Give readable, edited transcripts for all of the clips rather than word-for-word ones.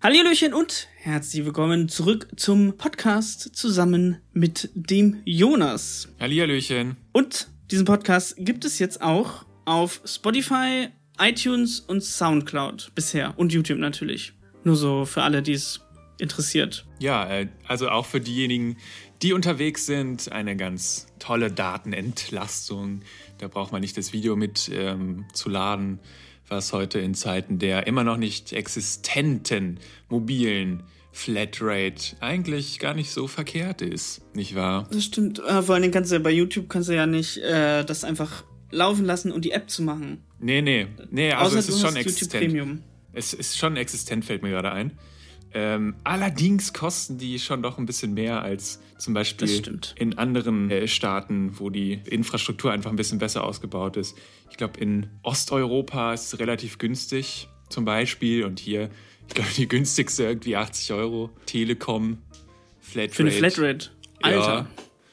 Hallihallöchen und herzlich willkommen zurück zum Podcast zusammen mit dem Jonas. Hallihallöchen. Und diesen Podcast gibt es jetzt auch auf Spotify, iTunes und Soundcloud bisher und YouTube natürlich. Nur so für alle, die es interessiert. Ja, also auch für diejenigen, die unterwegs sind, eine ganz tolle Datenentlastung. Da braucht man nicht das Video mit zu laden, was heute in Zeiten der immer noch nicht existenten mobilen Flatrate eigentlich gar nicht so verkehrt ist, nicht wahr? Das stimmt. Vor allen Dingen kannst du ja bei YouTube ja nicht das einfach laufen lassen und die App zu machen. Nee, also außer es ist schon YouTube existent. Premium. Es ist schon existent, fällt mir gerade ein. Allerdings kosten die schon doch ein bisschen mehr als zum Beispiel in anderen Staaten, wo die Infrastruktur einfach ein bisschen besser ausgebaut ist. Ich glaube, in Osteuropa ist es relativ günstig zum Beispiel. Und hier, ich glaube, die günstigste irgendwie 80 €. Telekom, Flatrate. Für eine Flatrate? Alter. Ja.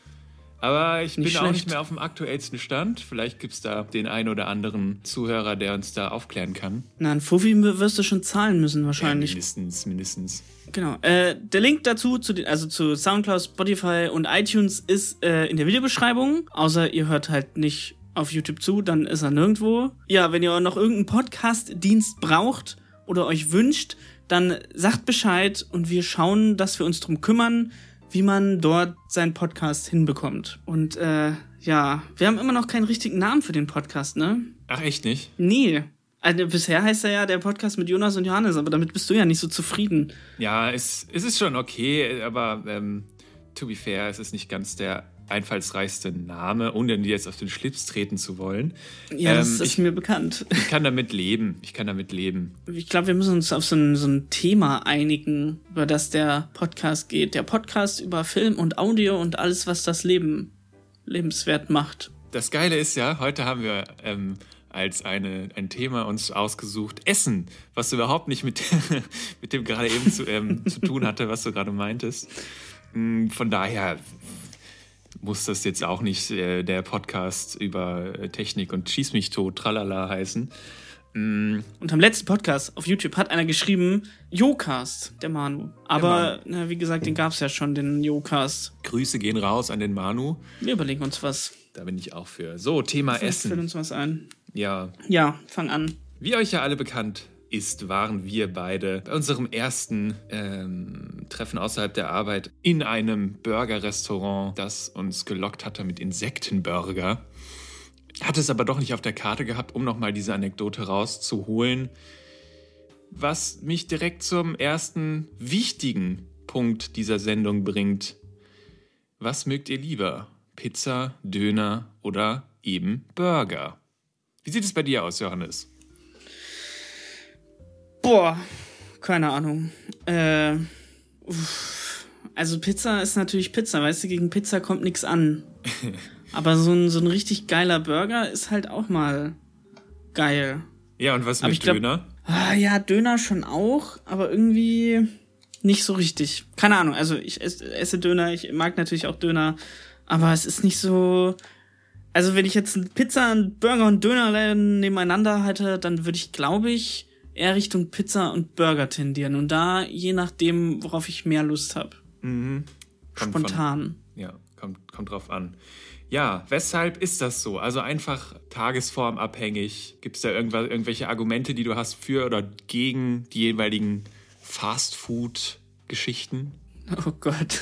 Aber ich bin Nicht auch schlecht. nicht mehr auf dem aktuellsten Stand. Vielleicht gibt es da den einen oder anderen Zuhörer, der uns da aufklären kann. Na, ein Fuffi wirst du schon zahlen müssen wahrscheinlich. Ja, mindestens. Genau. Der Link dazu, zu Soundcloud, Spotify und iTunes ist in der Videobeschreibung. Außer ihr hört halt nicht auf YouTube zu, dann ist er nirgendwo. Ja, wenn ihr noch irgendeinen Podcast-Dienst braucht oder euch wünscht, dann sagt Bescheid und wir schauen, dass wir uns drum kümmern, wie man dort seinen Podcast hinbekommt. Und ja, wir haben immer noch keinen richtigen Namen für den Podcast, ne? Ach, echt nicht? Nee. Also bisher heißt er ja der Podcast mit Jonas und Johannes, aber damit bist du ja nicht so zufrieden. Ja, es ist schon okay, aber to be fair, es ist nicht ganz der einfallsreichste Name, ohne dir jetzt auf den Schlips treten zu wollen. Ja, das ist mir bekannt. Ich kann damit leben. Ich glaube, wir müssen uns auf so ein Thema einigen, über das der Podcast geht. Der Podcast über Film und Audio und alles, was das Leben lebenswert macht. Das Geile ist ja, heute haben wir als ein Thema uns ausgesucht, Essen, was überhaupt nicht mit dem gerade eben zu tun hatte, was du gerade meintest. Von daher muss das jetzt auch nicht der Podcast über Technik und Schieß mich tot, tralala heißen. Und am letzten Podcast auf YouTube hat einer geschrieben, Jocast, der Manu. Aber wie gesagt, den gab's ja schon, den Jocast. Grüße gehen raus an den Manu. Wir überlegen uns was. Da bin ich auch für. So, Thema Essen. Fällt uns was ein. Ja, fang an. Wie euch ja alle bekannt ist, waren wir beide bei unserem ersten Treffen außerhalb der Arbeit in einem Burger-Restaurant, das uns gelockt hatte mit Insektenburger. Hatte es aber doch nicht auf der Karte gehabt, um nochmal diese Anekdote rauszuholen. Was mich direkt zum ersten wichtigen Punkt dieser Sendung bringt. Was mögt ihr lieber? Pizza, Döner oder eben Burger? Wie sieht es bei dir aus, Johannes? Boah, keine Ahnung. Also Pizza ist natürlich Pizza, weißt du, gegen Pizza kommt nichts an. Aber so ein richtig geiler Burger ist halt auch mal geil. Ja, und was mit Döner? Ja, Döner schon auch, aber irgendwie nicht so richtig. Keine Ahnung, also ich esse Döner, ich mag natürlich auch Döner, aber es ist nicht so... Also wenn ich jetzt eine Pizza, einen Burger und Döner nebeneinander hätte, dann würde ich, glaube ich, eher Richtung Pizza und Burger tendieren. Und da je nachdem, worauf ich mehr Lust habe. Mhm. Spontan. Kommt drauf an. Ja, weshalb ist das so? Also einfach tagesformabhängig. Gibt es da irgendwelche Argumente, die du hast für oder gegen die jeweiligen Fast-Food-Geschichten? Oh Gott.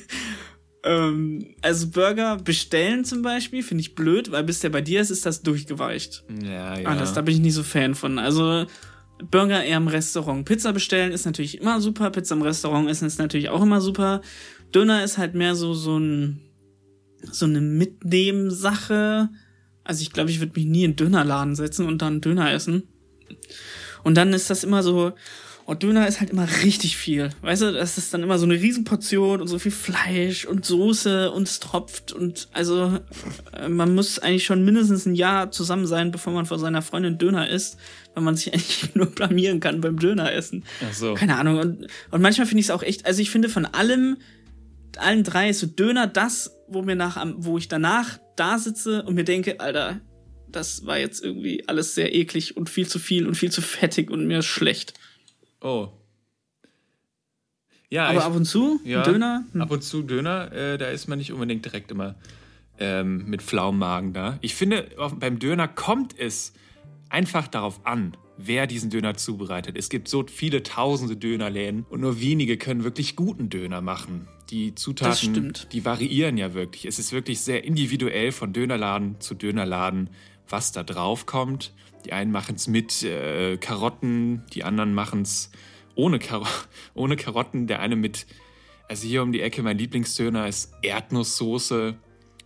Also Burger bestellen zum Beispiel finde ich blöd, weil bis der bei dir ist das durchgeweicht. Ja. Da bin ich nicht so Fan von. Also Burger eher im Restaurant. Pizza bestellen ist natürlich immer super. Pizza im Restaurant essen ist natürlich auch immer super. Döner ist halt mehr so eine Mitnehmen-Sache. Also ich glaube, ich würde mich nie in einen Dönerladen setzen und dann Döner essen. Und dann ist das immer so... Und Döner ist halt immer richtig viel. Weißt du, das ist dann immer so eine Riesenportion und so viel Fleisch und Soße und es tropft. Und also man muss eigentlich schon mindestens ein Jahr zusammen sein, bevor man vor seiner Freundin Döner isst, weil man sich eigentlich nur blamieren kann beim Döneressen. Ach so. Keine Ahnung. Und manchmal finde ich es auch echt, also ich finde von allen drei ist so Döner das, wo ich danach da sitze und mir denke, Alter, das war jetzt irgendwie alles sehr eklig und viel zu viel und viel zu fettig und mir ist schlecht. Oh. Ja, Aber ab und zu Döner? Ab und zu Döner, da ist man nicht unbedingt direkt immer mit flauem Magen da. Ich finde, beim Döner kommt es einfach darauf an, wer diesen Döner zubereitet. Es gibt so viele tausende Dönerläden und nur wenige können wirklich guten Döner machen. Die Zutaten, die variieren ja wirklich. Es ist wirklich sehr individuell von Dönerladen zu Dönerladen, was da drauf kommt. Die einen machen es mit Karotten, die anderen machen es ohne Karotten. Der eine mit, also hier um die Ecke, mein Lieblingsdöner ist Erdnusssoße.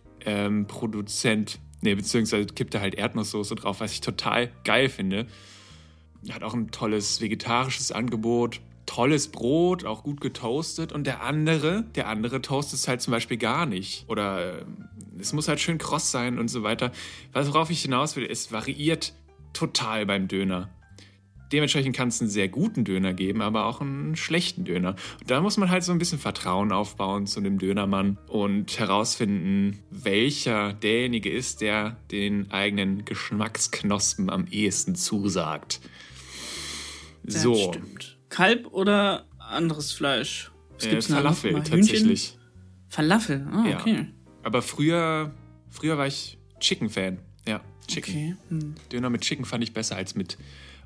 Beziehungsweise kippt er halt Erdnusssoße drauf, was ich total geil finde. Hat auch ein tolles vegetarisches Angebot, tolles Brot, auch gut getoastet. Und der andere toastet es halt zum Beispiel gar nicht. Oder es muss halt schön kross sein und so weiter. Worauf ich hinaus will, es variiert total beim Döner. Dementsprechend kann es einen sehr guten Döner geben, aber auch einen schlechten Döner. Und da muss man halt so ein bisschen Vertrauen aufbauen zu dem Dönermann und herausfinden, welcher derjenige ist, der den eigenen Geschmacksknospen am ehesten zusagt. So. Das stimmt. Kalb oder anderes Fleisch? Falafel tatsächlich. Falafel? Ah, okay. Ja. Aber früher war ich Chicken-Fan. Ja, Chicken. Okay. Döner mit Chicken fand ich besser als mit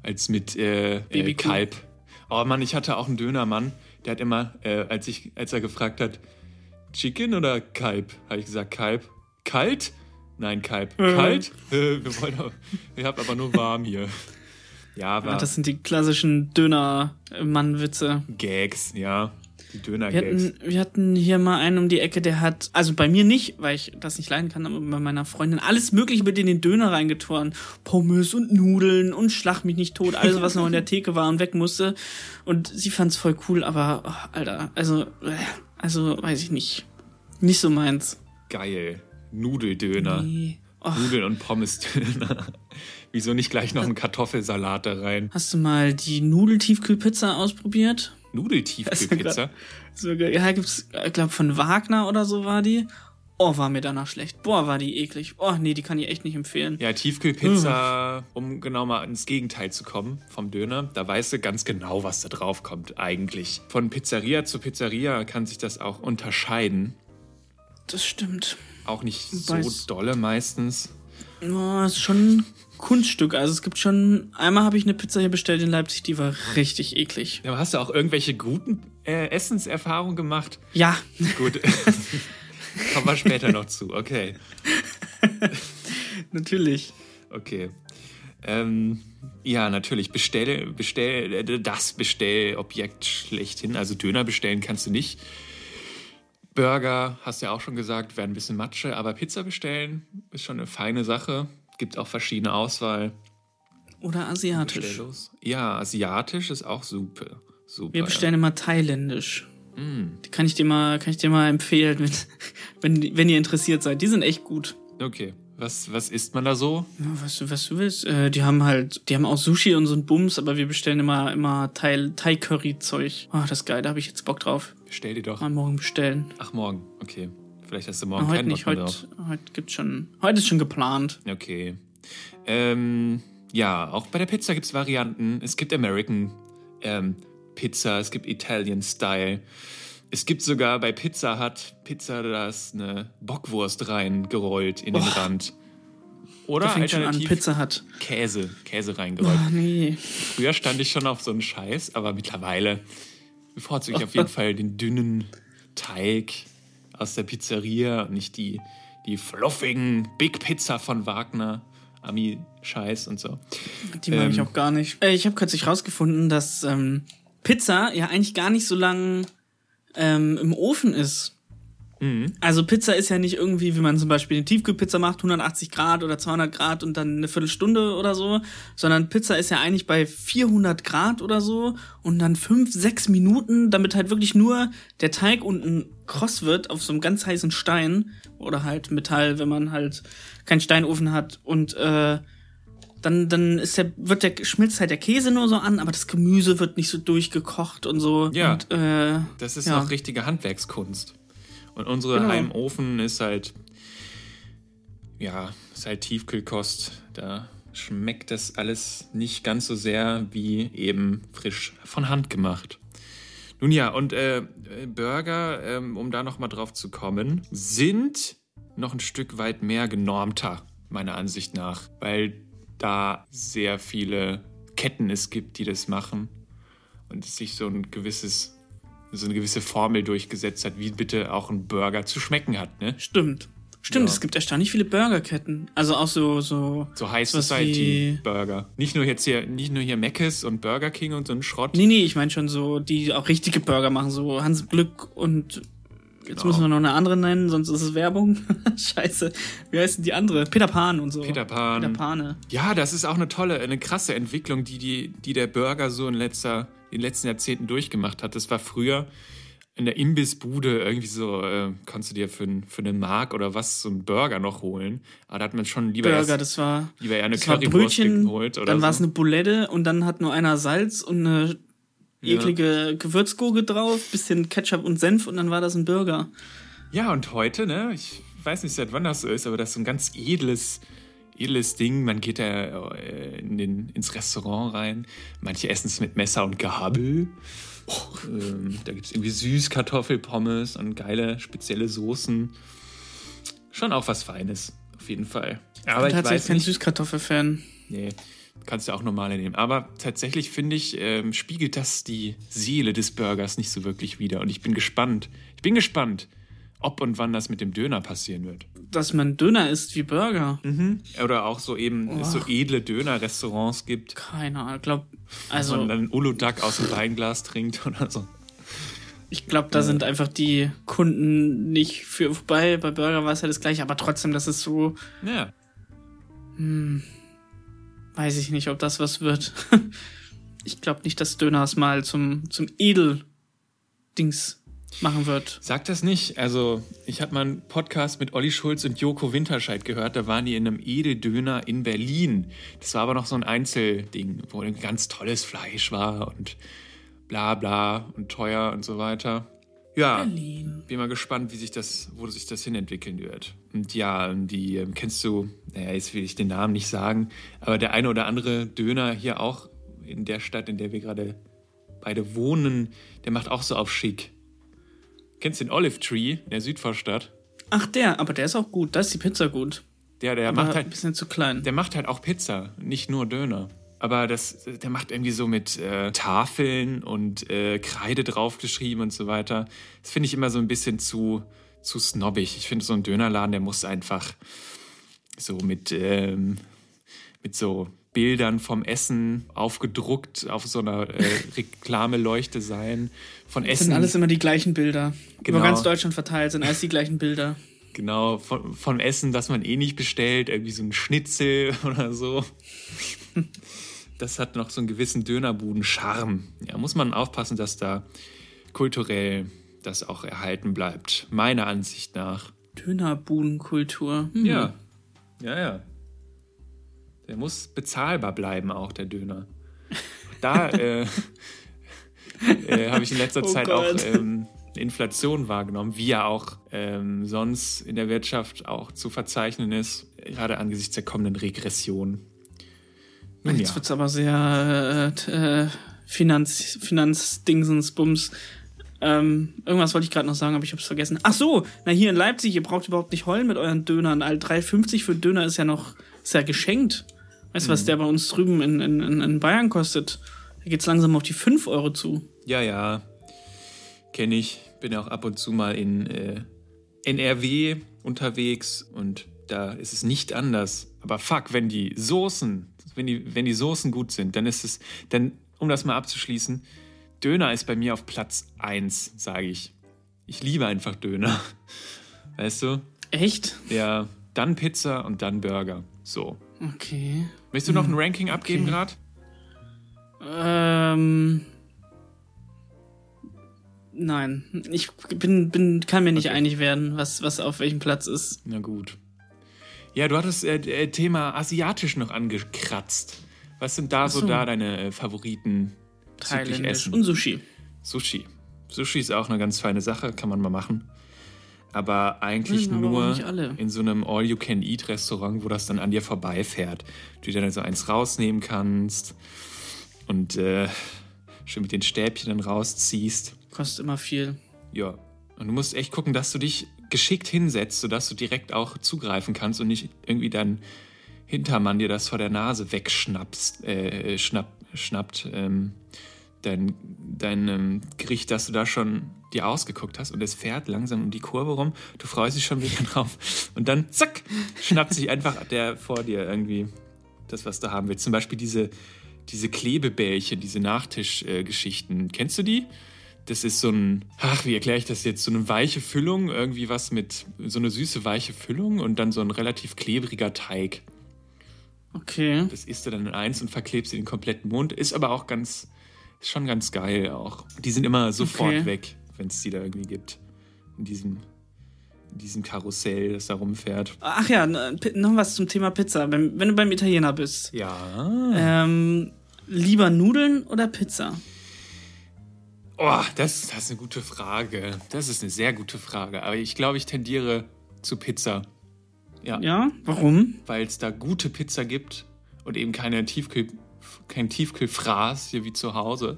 Kalb. Oh Mann, ich hatte auch einen Dönermann, der hat immer, als er gefragt hat, Chicken oder Kalb, habe ich gesagt Kalb. Kalt? Nein, Kalb. Kalt? Ich hab aber nur warm hier. Ja, aber das sind die klassischen Döner-Mann-Witze. Gags, ja. Die Döner-Gags. Wir hatten hier mal einen um die Ecke, der hat, also bei mir nicht, weil ich das nicht leiden kann, aber bei meiner Freundin alles Mögliche mit in den Döner reingetan. Pommes und Nudeln und Schlag mich nicht tot, alles, was noch in der Theke war und weg musste. Und sie fand's voll cool, aber, Alter, also weiß ich nicht. Nicht so meins. Geil. Nudeldöner. Nee. Nudeln und Pommes-Döner. Wieso nicht gleich noch einen Kartoffelsalat da rein? Hast du mal die Nudeltiefkühlpizza ausprobiert? Nudeltiefkühlpizza? Ja, gibt's, ich glaube, von Wagner oder so war die. Oh, war mir danach schlecht. Boah, war die eklig. Oh, nee, die kann ich echt nicht empfehlen. Ja, Tiefkühlpizza, um genau mal ins Gegenteil zu kommen vom Döner, da weißt du ganz genau, was da drauf kommt eigentlich. Von Pizzeria zu Pizzeria kann sich das auch unterscheiden. Das stimmt. Auch nicht so dolle meistens. Oh, ist schon ein Kunststück. Also es gibt schon, einmal habe ich eine Pizza hier bestellt in Leipzig, die war richtig eklig. Ja, aber hast du auch irgendwelche guten Essenserfahrungen gemacht? Ja. Gut. Kommen wir später noch zu, okay. Natürlich. Okay. Ja, natürlich. Das Bestellobjekt schlechthin. Also Döner bestellen kannst du nicht. Burger, hast du ja auch schon gesagt, werden ein bisschen Matsche, aber Pizza bestellen ist schon eine feine Sache. Gibt auch verschiedene Auswahl. Oder asiatisch. Ja, asiatisch ist auch super. Wir bestellen immer thailändisch. Die kann ich dir mal empfehlen, wenn ihr interessiert seid. Die sind echt gut. Okay. Was isst man da so? Ja, was du willst. Die haben auch Sushi und so ein Bums, aber wir bestellen immer Thai-Curry-Zeug. Oh, das ist geil, da habe ich jetzt Bock drauf. Bestell die doch. Mal morgen bestellen. Ach, morgen, okay. Vielleicht hast du morgen keinen Bock nicht, mehr drauf. Heute ist schon geplant. Okay. Ja, auch bei der Pizza gibt es Varianten. Es gibt American Pizza, es gibt Italian Style. Es gibt sogar bei Pizza Hut da ist eine Bockwurst reingerollt in den Rand. Oder da fängt alternativ schon an, Pizza Hut. Käse reingerollt. Oh, nee. Früher stand ich schon auf so einen Scheiß, aber mittlerweile bevorzuge ich auf jeden Fall den dünnen Teig aus der Pizzeria und nicht die fluffigen Big Pizza von Wagner. Ami-Scheiß und so. Die mag ich auch gar nicht. Ich habe kürzlich rausgefunden, dass Pizza ja eigentlich gar nicht so lang im Ofen ist. Mhm. Also Pizza ist ja nicht irgendwie, wie man zum Beispiel eine Tiefkühlpizza macht, 180 Grad oder 200 Grad und dann eine Viertelstunde oder so, sondern Pizza ist ja eigentlich bei 400 Grad oder so und dann 5-6 Minuten, damit halt wirklich nur der Teig unten kross wird auf so einem ganz heißen Stein oder halt Metall, wenn man halt keinen Steinofen hat und dann schmilzt halt der Käse nur so an, aber das Gemüse wird nicht so durchgekocht und so. Ja, und, das ist auch richtige Handwerkskunst. Und unsere Heimofen ist halt Tiefkühlkost. Da schmeckt das alles nicht ganz so sehr wie eben frisch von Hand gemacht. Nun ja, und Burger, um da nochmal drauf zu kommen, sind noch ein Stück weit mehr genormter, meiner Ansicht nach, weil da sehr viele Ketten es gibt, die das machen und es sich so eine gewisse Formel durchgesetzt hat, wie bitte auch ein Burger zu schmecken hat, ne? Stimmt, ja. Es gibt erstaunlich viele Burgerketten. Also auch so High Society Burger. Nicht nur hier Mc's und Burger King und so ein Schrott. Nee, ich meine schon so, die auch richtige Burger machen, so Hans Glück und jetzt müssen wir noch eine andere nennen, sonst ist es Werbung. Scheiße. Wie heißt denn die andere? Peter Pan und so. Peter Pane. Ja, das ist auch eine krasse Entwicklung, die der Burger so in den letzten Jahrzehnten durchgemacht hat. Das war früher in der Imbissbude irgendwie so, konntest du dir für eine Mark oder was so einen Burger noch holen. Aber da hat man schon lieber Burger, das war eine Currywurst geholt. Oder dann war es eine Bulette und dann hat nur einer Salz und eine eklige Gewürzgurke drauf, bisschen Ketchup und Senf und dann war das ein Burger. Ja, und heute, ne, ich weiß nicht, seit wann das so ist, aber das ist so ein ganz edles Ding. Man geht da ins Restaurant rein. Manche essen es mit Messer und Gabel. Da gibt es irgendwie Süßkartoffelpommes und geile spezielle Soßen. Schon auch was Feines, auf jeden Fall. Aber ich tatsächlich kein Süßkartoffelfan. Nee, kannst du auch normale nehmen. Aber tatsächlich, finde ich, spiegelt das die Seele des Burgers nicht so wirklich wider. Und ich bin gespannt, ob und wann das mit dem Döner passieren wird. Dass man Döner isst wie Burger. Mhm. Oder auch so es so edle Döner-Restaurants gibt. Keine Ahnung, wo man dann Uludag aus dem Weinglas trinkt oder so. Ich glaube, da sind einfach die Kunden nicht für vorbei. Bei Burger war es ja das Gleiche, aber trotzdem, das ist so... Ja. Weiß ich nicht, ob das was wird. Ich glaube nicht, dass Döners mal zum Edel-Dings machen wird. Sag das nicht. Also, ich habe mal einen Podcast mit Olli Schulz und Joko Winterscheid gehört. Da waren die in einem Edeldöner in Berlin. Das war aber noch so ein Einzelding, wo ein ganz tolles Fleisch war und bla bla und teuer und so weiter. Ja, Berlin. Bin mal gespannt, wo sich das hinentwickeln wird. Und ja, die kennst du, jetzt will ich den Namen nicht sagen, aber der eine oder andere Döner hier auch in der Stadt, in der wir gerade beide wohnen, der macht auch so auf schick. Kennst du den Olive Tree in der Südvorstadt? Ach, aber der ist auch gut. Da ist die Pizza gut. Der aber macht halt ein bisschen zu klein. Der macht halt auch Pizza, nicht nur Döner. Aber der macht irgendwie so mit Tafeln und Kreide draufgeschrieben und so weiter. Das finde ich immer so ein bisschen zu snobbig. Ich finde, so ein Dönerladen, der muss einfach so mit so Bildern vom Essen aufgedruckt auf so einer Reklameleuchte sein. Von Essen. Das sind alles immer die gleichen Bilder. Genau. Über ganz Deutschland verteilt sind alles die gleichen Bilder. Genau, von Essen, das man nicht bestellt, irgendwie so ein Schnitzel oder so. Das hat noch so einen gewissen Dönerbuden-Charme. Ja, muss man aufpassen, dass da kulturell das auch erhalten bleibt. Meiner Ansicht nach. Dönerbudenkultur. Ja. Der muss bezahlbar bleiben, auch der Döner. Da habe ich in letzter Zeit auch Inflation wahrgenommen, wie ja auch sonst in der Wirtschaft auch zu verzeichnen ist, gerade angesichts der kommenden Regression. Jetzt wird's aber sehr Finanzdingsens, Bums. Irgendwas wollte ich gerade noch sagen, aber ich habe es vergessen. Ach so, hier in Leipzig, ihr braucht überhaupt nicht heulen mit euren Dönern. 3,50 für Döner ist ja geschenkt. Weißt du, was der bei uns drüben in Bayern kostet? Da geht's langsam auf die 5 Euro zu. Ja, kenne ich. Bin ja auch ab und zu mal in NRW unterwegs und da ist es nicht anders. Aber fuck, wenn die Soßen gut sind, dann ist es, um das mal abzuschließen, Döner ist bei mir auf Platz 1, sage ich. Ich liebe einfach Döner. Weißt du? Echt? Ja, dann Pizza und dann Burger. So. Okay. Möchtest du noch ein Ranking abgeben gerade? Nein. Ich kann mir nicht einig werden, was auf welchem Platz ist. Na gut. Ja, du hattest Thema asiatisch noch angekratzt. Was sind da so deine Favoriten bezüglich Essen? Und Sushi. Sushi ist auch eine ganz feine Sache, kann man mal machen. Aber eigentlich nur in so einem All-You-Can-Eat-Restaurant, wo das dann an dir vorbeifährt. Du dir dann so eins rausnehmen kannst und schön mit den Stäbchen dann rausziehst. Kostet immer viel. Ja. Und du musst echt gucken, dass du dich geschickt hinsetzt, sodass du direkt auch zugreifen kannst und nicht irgendwie dein Hintermann dir das vor der Nase wegschnappt. Dein Gericht, das du da schon dir ausgeguckt hast, und es fährt langsam um die Kurve rum, du freust dich schon wieder drauf und dann zack, schnappt sich einfach der vor dir irgendwie das, was du haben willst. Zum Beispiel diese Klebebällchen, diese Nachtischgeschichten. Kennst du die? Das ist so ein, wie erkläre ich das jetzt? So eine weiche Füllung, irgendwie was mit, so eine süße weiche Füllung und dann so ein relativ klebriger Teig. Okay. Das isst du dann in eins und verklebst dir den kompletten Mund. Ist aber auch schon ganz geil auch. Die sind immer sofort weg, wenn es die da irgendwie gibt. In diesem Karussell, das da rumfährt. Ach ja, noch was zum Thema Pizza. Wenn du beim Italiener bist. Ja. Lieber Nudeln oder Pizza? Oh, das ist eine gute Frage. Das ist eine sehr gute Frage. Aber ich glaube, ich tendiere zu Pizza. Ja? Warum? Weil es da gute Pizza gibt und eben kein Tiefkühlfraß hier wie zu Hause.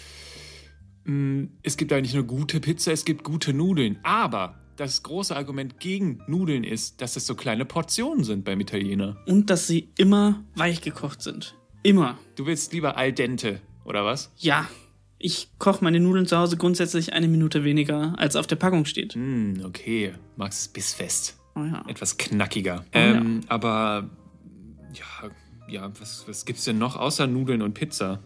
Es gibt eigentlich nur gute Pizza, es gibt gute Nudeln. Aber das große Argument gegen Nudeln ist, dass es so kleine Portionen sind beim Italiener. Und dass sie immer weich gekocht sind. Immer. Du willst lieber al dente, oder was? Ja. Ich koche meine Nudeln zu Hause grundsätzlich 1 Minute weniger, als auf der Packung steht. Okay. Magst es bissfest. Oh ja. Etwas knackiger. Ja. Aber was gibt's denn noch außer Nudeln und Pizza?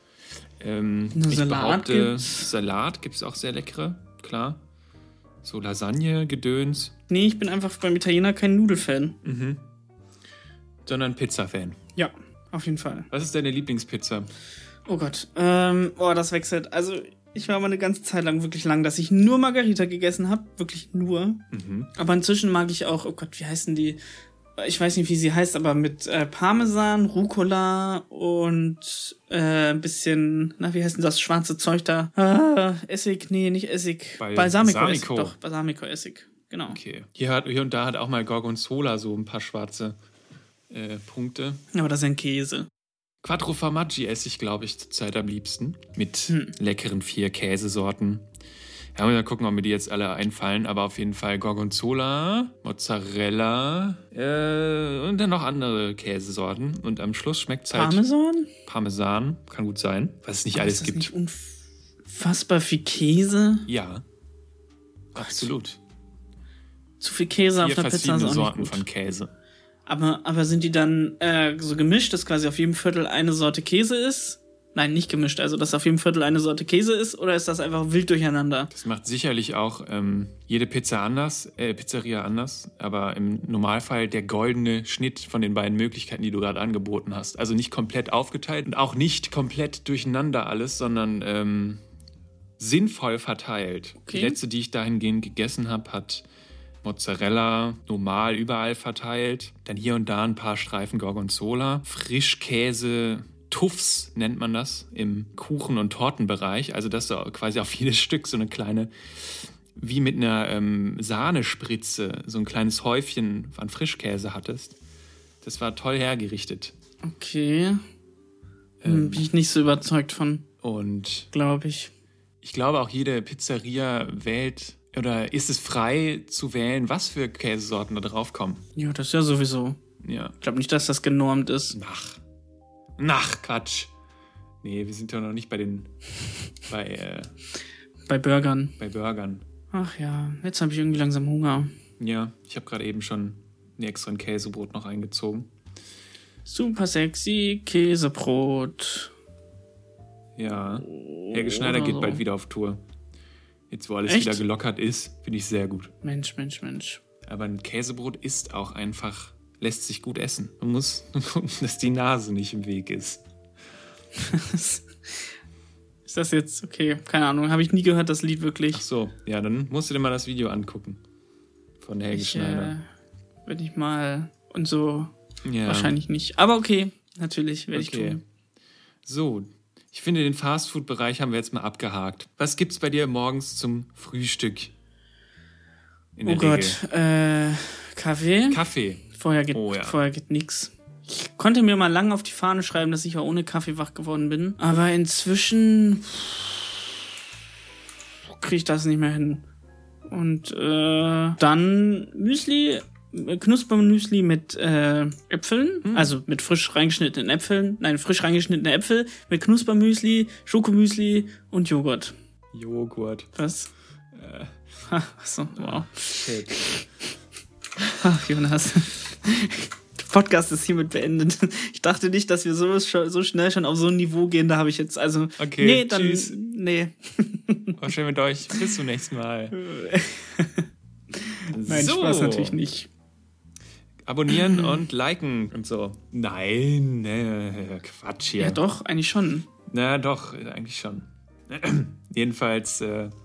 Salat gibt's auch sehr leckere, klar. So Lasagne, Gedöns. Nee, ich bin einfach beim Italiener kein Nudelfan. Sondern Pizza-Fan. Ja, auf jeden Fall. Was ist deine Lieblingspizza? Oh Gott, das wechselt. Also ich war mal eine ganze Zeit lang wirklich lang, dass ich nur Margarita gegessen habe. Wirklich nur. Aber inzwischen mag ich auch, oh Gott, wie heißen die? Ich weiß nicht, wie sie heißt, aber mit Parmesan, Rucola und ein bisschen, wie heißt denn das schwarze Zeug da? Essig, nee, nicht Essig. Balsamico-Essig, doch, Balsamico-Essig, genau. Okay. Hier und da hat auch mal Gorgonzola so ein paar schwarze Punkte. Aber das ist ein Käse. Quattro Formaggi esse ich, glaube ich, zurzeit am liebsten. Mit leckeren 4 Käsesorten. Ja, mal gucken, ob mir die jetzt alle einfallen. Aber auf jeden Fall Gorgonzola, Mozzarella und dann noch andere Käsesorten. Und am Schluss schmeckt es halt... Parmesan? Parmesan, kann gut sein. Was es nicht alles gibt. Ist das nicht unfassbar viel Käse? Ja, absolut. Zu viel Käse auf einer Pizza ist auch nicht Sorten gut. von Käse. Aber sind die dann so gemischt, dass quasi auf jedem Viertel eine Sorte Käse ist? Nein, nicht gemischt, also dass auf jedem Viertel eine Sorte Käse ist, oder ist das einfach wild durcheinander? Das macht sicherlich auch jede Pizzeria anders, aber im Normalfall der goldene Schnitt von den beiden Möglichkeiten, die du gerade angeboten hast. Also nicht komplett aufgeteilt und auch nicht komplett durcheinander alles, sondern sinnvoll verteilt. Okay. Die letzte, die ich dahingehend gegessen habe, hat Mozzarella normal überall verteilt. Dann hier und da ein paar Streifen Gorgonzola. Frischkäse, Tuffs nennt man das im Kuchen- und Tortenbereich. Also dass du quasi auf jedes Stück so eine kleine, wie mit einer Sahnespritze, so ein kleines Häufchen an Frischkäse hattest. Das war toll hergerichtet. Okay. Bin ich nicht so überzeugt von. Und glaube ich. Ich glaube auch jede Pizzeria wählt... Oder ist es frei zu wählen, was für Käsesorten da drauf kommen? Ja, das ist ja sowieso. Ja. Ich glaube nicht, dass das genormt ist. Quatsch. Nee, wir sind ja noch nicht bei Burgern. Bei Burgern. Ach ja, jetzt habe ich irgendwie langsam Hunger. Ja, ich habe gerade eben schon extra ein Käsebrot noch eingezogen. Super sexy Käsebrot. Ja, Helge Schneider geht bald wieder auf Tour. Jetzt, wo alles wieder gelockert ist, finde ich sehr gut. Mensch. Aber ein Käsebrot ist auch einfach, lässt sich gut essen. Man muss nur gucken, dass die Nase nicht im Weg ist. Ist das jetzt, okay, keine Ahnung, habe ich nie gehört, das Lied wirklich. Ach so, ja, dann musst du dir mal das Video angucken. Von Helge Schneider. Wenn ich mal, und so, wahrscheinlich nicht. Aber okay, natürlich, werde ich tun. So, ich finde, den Fastfood-Bereich haben wir jetzt mal abgehakt. Was gibt's bei dir morgens zum Frühstück? In der Regel? Kaffee. Kaffee. Vorher geht nix. Ich konnte mir mal lange auf die Fahne schreiben, dass ich auch ohne Kaffee wach geworden bin. Aber inzwischen kriege ich das nicht mehr hin. Und dann Müsli, Knuspermüsli mit Äpfeln, also mit frisch reingeschnittenen Äpfeln. Nein, frisch reingeschnittene Äpfel mit Knuspermüsli, Schokomüsli und Joghurt. Joghurt. Was? Achso, wow. Shit. Ach, Jonas. Der Podcast ist hiermit beendet. Ich dachte nicht, dass wir so schnell schon auf so ein Niveau gehen. Da habe ich jetzt, also... Okay, nee, dann... tschüss. Nee. War schön mit euch. Bis zum nächsten Mal. Nein, Spaß natürlich nicht. Abonnieren und liken und so. Nein, Quatsch hier. Ja doch, eigentlich schon. Na doch, eigentlich schon. Jedenfalls,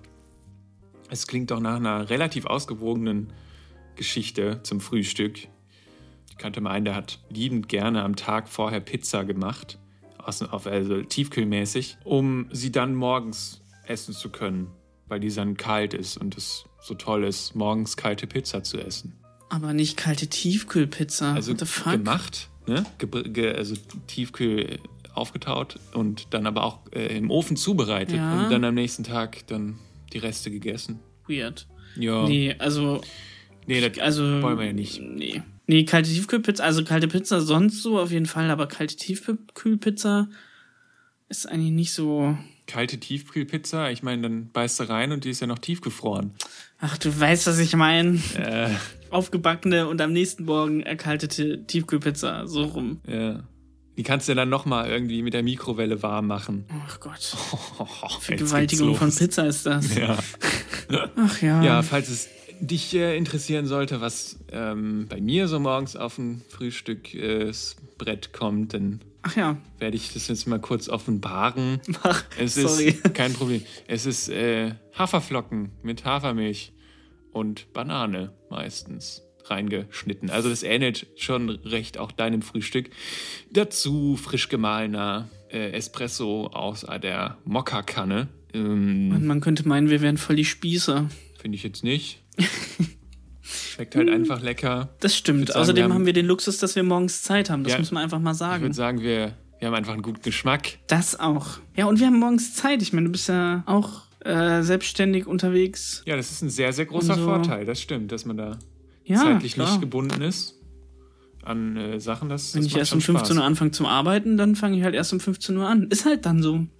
es klingt doch nach einer relativ ausgewogenen Geschichte zum Frühstück. Ich kannte meinen, der hat liebend gerne am Tag vorher Pizza gemacht, also tiefkühlmäßig, um sie dann morgens essen zu können, weil die dann kalt ist und es so toll ist, morgens kalte Pizza zu essen. Aber nicht kalte Tiefkühlpizza. Also What the fuck? gemacht, ne? Also tiefkühl aufgetaut und dann aber auch im Ofen zubereitet Ja. und dann am nächsten Tag dann die Reste gegessen. Weird. Ja. Nee, also... Nee, das Also, wollen wir ja nicht. Nee, kalte Tiefkühlpizza, also kalte Pizza sonst so auf jeden Fall, aber kalte Tiefkühlpizza ist eigentlich nicht so... Kalte Tiefkühlpizza, ich meine, dann beißt du rein und die ist ja noch tiefgefroren. Ach, du weißt, was ich meine. Aufgebackene und am nächsten Morgen erkaltete Tiefkühlpizza, so rum. Ja. Die kannst du dann nochmal irgendwie mit der Mikrowelle warm machen. Ach Gott. Jetzt Vergewaltigung geht's von los. Pizza ist das. Ja. Ach ja. Ja, falls es dich interessieren sollte, was bei mir so morgens auf ein Frühstücksbrett kommt, dann Ach ja. werde ich das jetzt mal kurz offenbaren. Ach, Es sorry. ist kein Problem. Es ist Haferflocken mit Hafermilch und Banane meistens reingeschnitten. Also das ähnelt schon recht auch deinem Frühstück. Dazu frisch gemahlener Espresso aus der Mokka-Kanne. Man könnte meinen, wir wären voll die Spießer. Finde ich jetzt nicht. Schmeckt halt einfach lecker. Das stimmt. sagen, Außerdem haben wir den Luxus, dass wir morgens Zeit haben. Das Ja, muss man einfach mal Ich sagen. würde sagen, wir haben einfach einen guten Geschmack. Das auch. Ja, und wir haben morgens Zeit. Ich meine, du bist ja auch selbstständig unterwegs. Ja, das ist ein sehr, sehr großer Und so. Vorteil. Das stimmt, dass man da Ja, zeitlich klar. nicht gebunden ist an Sachen. Wenn Das ich macht erst schon um 15 Spaß. Uhr anfange zum Arbeiten, dann fange ich halt erst um 15 Uhr an. Ist halt dann so.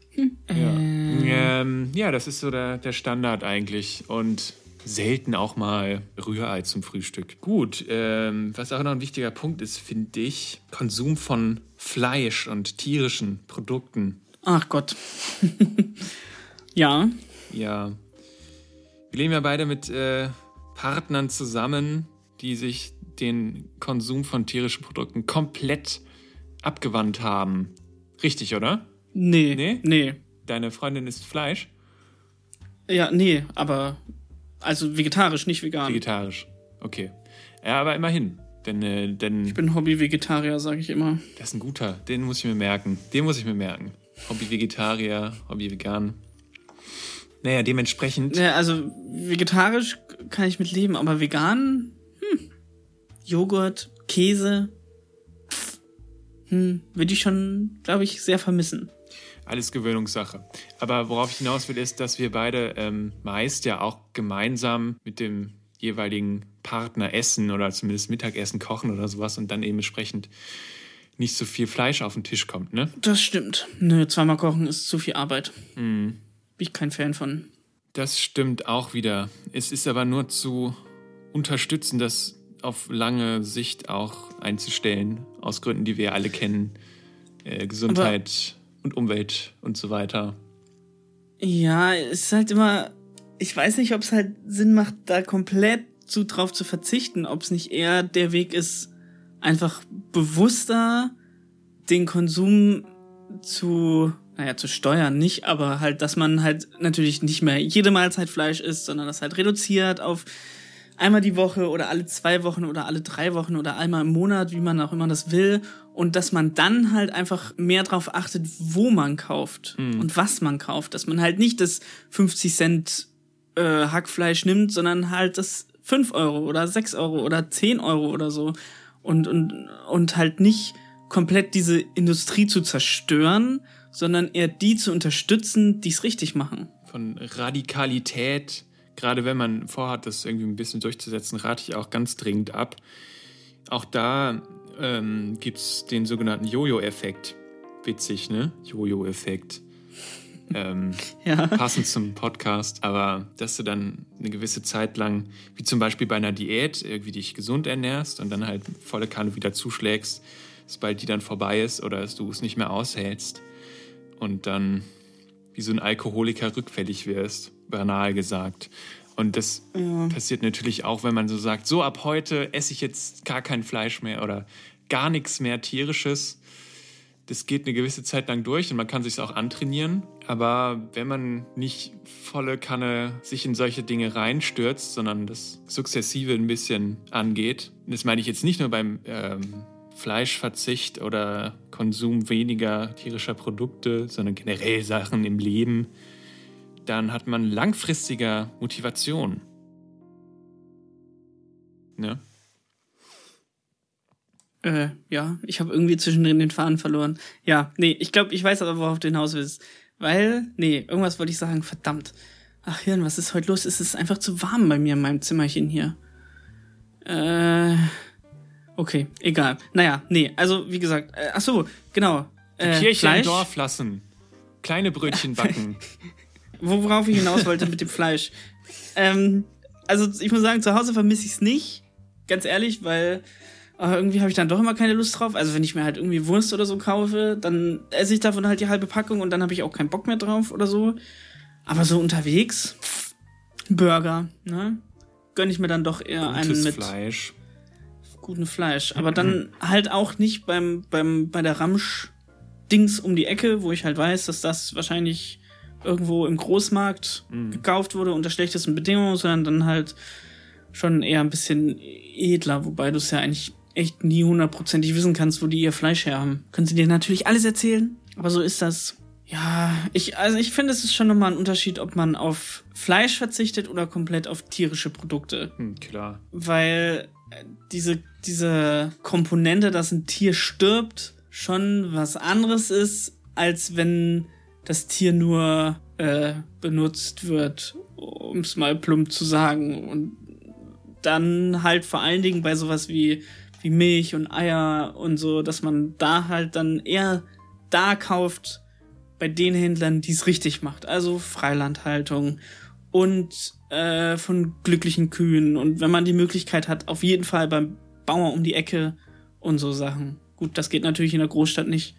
Ja, das ist so der Standard eigentlich. Und selten auch mal Rührei zum Frühstück. Gut, was auch noch ein wichtiger Punkt ist, finde ich, Konsum von Fleisch und tierischen Produkten. Ach Gott. Ja. Ja, wir leben ja beide mit Partnern zusammen, die sich den Konsum von tierischen Produkten komplett abgewandt haben. Richtig, oder? Nee. Deine Freundin isst Fleisch? Ja, nee, aber also vegetarisch, nicht vegan. Vegetarisch. Okay. Ja, aber immerhin. Denn Ich bin Hobby-Vegetarier, sage ich immer. das ist ein guter. Den muss ich mir merken. Hobby-Vegetarier, Hobby-Vegan. Naja, dementsprechend. Ja, also vegetarisch kann ich mit leben, aber vegan? Joghurt, Käse, würde ich schon, glaube ich, sehr vermissen. Alles Gewöhnungssache. Aber worauf ich hinaus will, ist, dass wir beide meist ja auch gemeinsam mit dem jeweiligen Partner essen oder zumindest Mittagessen kochen oder sowas und dann eben entsprechend nicht so viel Fleisch auf den Tisch kommt, ne? Das stimmt. Nö, zweimal kochen ist zu viel Arbeit. Bin ich kein Fan von. Das stimmt auch wieder. Es ist aber nur zu unterstützen, das auf lange Sicht auch einzustellen, aus Gründen, die wir alle kennen. Gesundheit und Umwelt und so weiter. Ja, es ist halt immer, ich weiß nicht, ob es halt Sinn macht, da komplett drauf zu verzichten, ob es nicht eher der Weg ist, einfach bewusster den Konsum zu steuern nicht, aber halt, dass man halt natürlich nicht mehr jede Mahlzeit Fleisch isst, sondern das halt reduziert auf einmal die Woche oder alle 2 Wochen oder alle 3 Wochen oder einmal im Monat, wie man auch immer das will. Und dass man dann halt einfach mehr drauf achtet, wo man kauft und was man kauft. Dass man halt nicht das 50 Cent Hackfleisch nimmt, sondern halt das 5 Euro oder 6 Euro oder 10 Euro oder so. Und halt nicht komplett diese Industrie zu zerstören, sondern eher die zu unterstützen, die es richtig machen. von Radikalität, gerade wenn man vorhat, das irgendwie ein bisschen durchzusetzen, rate ich auch ganz dringend ab. Auch da gibt es den sogenannten Jojo-Effekt. Witzig, ne? Jojo-Effekt. Ja. Passend zum Podcast, aber dass du dann eine gewisse Zeit lang, wie zum Beispiel bei einer Diät, irgendwie dich gesund ernährst und dann halt volle Kanne wieder zuschlägst, sobald die dann vorbei ist oder dass du es nicht mehr aushältst und dann wie so ein Alkoholiker rückfällig wirst, banal gesagt. Und das passiert natürlich auch, wenn man so sagt, so ab heute esse ich jetzt gar kein Fleisch mehr oder gar nichts mehr Tierisches. Das geht eine gewisse Zeit lang durch und man kann sich auch antrainieren. Aber wenn man nicht volle Kanne sich in solche Dinge reinstürzt, sondern das sukzessive ein bisschen angeht, und das meine ich jetzt nicht nur beim Fleischverzicht oder Konsum weniger tierischer Produkte, sondern generell Sachen im Leben, dann hat man langfristiger Motivation. Ne? Ja, ich habe irgendwie zwischendrin den Faden verloren. Ja, nee, ich glaube, ich weiß aber, worauf du hinaus willst. Irgendwas wollte ich sagen, verdammt. Ach Hirn, was ist heute los? Es ist einfach zu warm bei mir in meinem Zimmerchen hier. Okay, egal. Naja, nee, also wie gesagt, ach so, genau. Die Kirche Fleisch. im Dorf lassen. Kleine Brötchen backen. Worauf ich hinaus wollte mit dem Fleisch. Also ich muss sagen, zu Hause vermisse ich es nicht, ganz ehrlich, weil irgendwie habe ich dann doch immer keine Lust drauf. Also wenn ich mir halt irgendwie Wurst oder so kaufe, dann esse ich davon halt die halbe Packung und dann habe ich auch keinen Bock mehr drauf oder so. Aber so unterwegs, Burger, ne? Gönne ich mir dann doch eher einen mit Fleisch. Gutem Fleisch. Aber dann halt auch nicht bei der Ramsch-Dings um die Ecke, wo ich halt weiß, dass das wahrscheinlich irgendwo im Großmarkt gekauft wurde unter schlechtesten Bedingungen, sondern dann halt schon eher ein bisschen edler, wobei du es ja eigentlich echt nie 100%ig wissen kannst, wo die ihr Fleisch her haben. Können sie dir natürlich alles erzählen, aber so ist das. Ja, ich finde, es ist schon nochmal ein Unterschied, ob man auf Fleisch verzichtet oder komplett auf tierische Produkte. Klar. Weil diese Komponente, dass ein Tier stirbt, schon was anderes ist, als wenn das Tier nur benutzt wird, um es mal plump zu sagen. Und dann halt vor allen Dingen bei sowas wie Milch und Eier und so, dass man da halt dann eher da kauft bei den Händlern, die es richtig macht. Also Freilandhaltung und von glücklichen Kühen. Und wenn man die Möglichkeit hat, auf jeden Fall beim Bauer um die Ecke und so Sachen. Gut, das geht natürlich in der Großstadt nicht,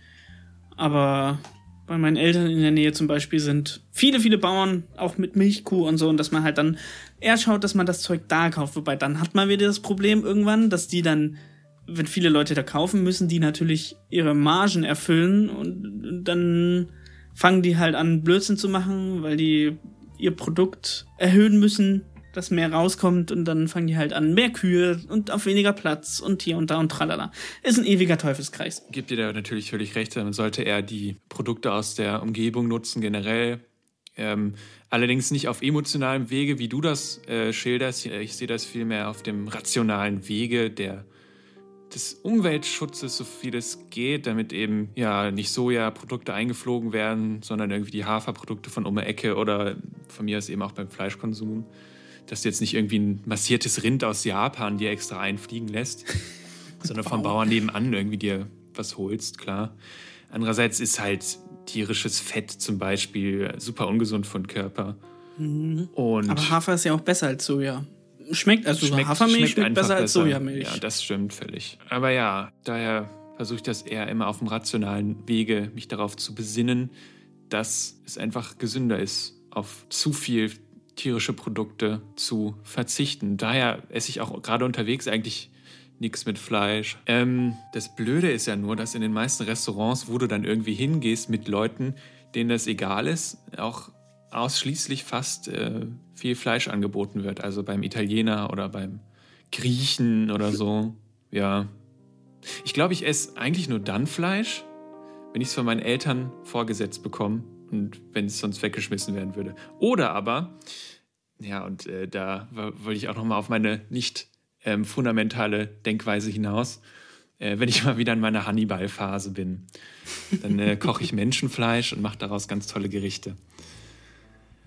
aber bei meinen Eltern in der Nähe zum Beispiel sind viele Bauern, auch mit Milchkuh und so, und dass man halt dann eher schaut, dass man das Zeug da kauft. Wobei dann hat man wieder das Problem irgendwann, dass die dann, wenn viele Leute da kaufen, müssen die natürlich ihre Margen erfüllen und dann fangen die halt an, Blödsinn zu machen, weil die ihr Produkt erhöhen müssen, dass mehr rauskommt, und dann fangen die halt an, mehr Kühe und auf weniger Platz und hier und da und tralala. Ist ein ewiger Teufelskreis. Gibt dir da natürlich völlig recht, man sollte eher die Produkte aus der Umgebung nutzen, generell. Allerdings nicht auf emotionalem Wege, wie du das schilderst. Ich sehe das vielmehr auf dem rationalen Wege des Umweltschutzes, so viel es geht, damit eben ja nicht Sojaprodukte eingeflogen werden, sondern irgendwie die Haferprodukte von um die Ecke oder von mir aus eben auch beim Fleischkonsum. Dass du jetzt nicht irgendwie ein massiertes Rind aus Japan dir extra einfliegen lässt, sondern vom Bauern nebenan irgendwie dir was holst, klar. Andererseits ist halt tierisches Fett zum Beispiel super ungesund für den Körper. Und aber Hafer ist ja auch besser als Soja. Hafermilch schmeckt besser als Sojamilch. Ja, das stimmt völlig. Aber ja, daher versuche ich das eher immer auf dem rationalen Wege, mich darauf zu besinnen, dass es einfach gesünder ist, auf zu viel tierische Produkte zu verzichten. Daher esse ich auch gerade unterwegs eigentlich nichts mit Fleisch. Das Blöde ist ja nur, dass in den meisten Restaurants, wo du dann irgendwie hingehst mit Leuten, denen das egal ist, auch ausschließlich fast viel Fleisch angeboten wird. Also beim Italiener oder beim Griechen oder so. Ja. Ich glaube, ich esse eigentlich nur dann Fleisch, wenn ich es von meinen Eltern vorgesetzt bekomme und wenn es sonst weggeschmissen werden würde. Oder aber, ja, und da wollte ich auch nochmal auf meine nicht fundamentale Denkweise hinaus, wenn ich mal wieder in meiner Hannibal-Phase bin. Dann koche ich Menschenfleisch und mache daraus ganz tolle Gerichte.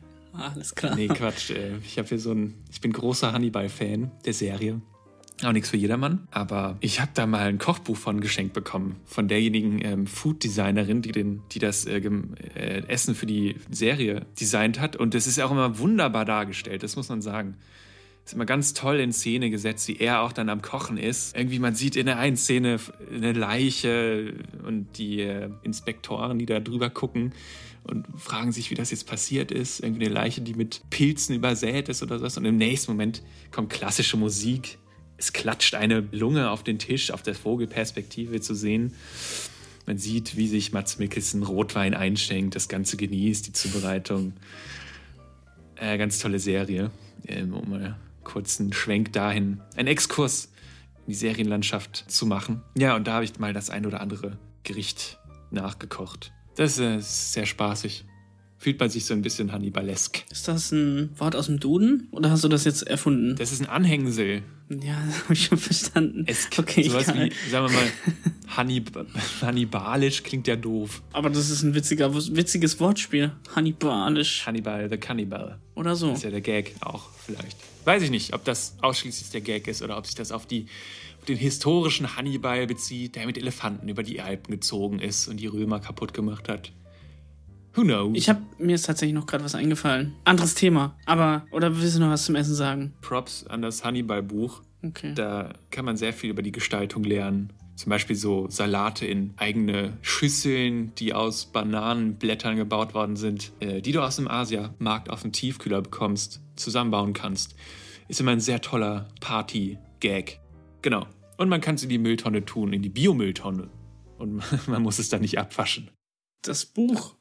Alles klar. Nee, Quatsch. Ich bin großer Hannibal-Fan der Serie. Auch nichts für jedermann. Aber ich habe da mal ein Kochbuch von geschenkt bekommen. Von derjenigen Food-Designerin, die das Essen für die Serie designt hat. Und das ist auch immer wunderbar dargestellt, das muss man sagen. Ist immer ganz toll in Szene gesetzt, wie er auch dann am Kochen ist. Irgendwie, man sieht in der einen Szene eine Leiche und die Inspektoren, die da drüber gucken und fragen sich, wie das jetzt passiert ist. Irgendwie eine Leiche, die mit Pilzen übersät ist oder sowas. Und im nächsten Moment kommt klassische Musik. Es klatscht eine Lunge auf den Tisch, auf der Vogelperspektive zu sehen. Man sieht, wie sich Mads Mikkelsen Rotwein einschenkt, das Ganze genießt, die Zubereitung. Ganz tolle Serie. Um mal kurz einen Schwenk dahin, einen Exkurs in die Serienlandschaft zu machen. Ja, und da habe ich mal das ein oder andere Gericht nachgekocht. Das ist sehr spaßig. Fühlt man sich so ein bisschen hannibalesk. Ist das ein Wort aus dem Duden oder hast du das jetzt erfunden? Das ist ein Anhängsel. Ja, das habe ich schon verstanden. Okay, sowas wie, sagen wir mal, hannibalisch klingt ja doof. Aber das ist ein witziges Wortspiel. Hannibalisch. Hannibal the Cannibal. Oder so. Das ist ja der Gag auch vielleicht. Weiß ich nicht, ob das ausschließlich der Gag ist oder ob sich das auf den historischen Hannibal bezieht, der mit Elefanten über die Alpen gezogen ist und die Römer kaputt gemacht hat. Who knows? Mir ist tatsächlich noch gerade was eingefallen. Anderes Thema, oder willst du noch was zum Essen sagen? Props an das Hannibal-Buch. Okay. Da kann man sehr viel über die Gestaltung lernen. Zum Beispiel so Salate in eigene Schüsseln, die aus Bananenblättern gebaut worden sind, die du aus dem Asiamarkt auf dem Tiefkühler bekommst, zusammenbauen kannst. Ist immer ein sehr toller Party-Gag. Genau. Und man kann es in die Mülltonne tun, in die Biomülltonne. Und man muss es dann nicht abwaschen. Das Buch?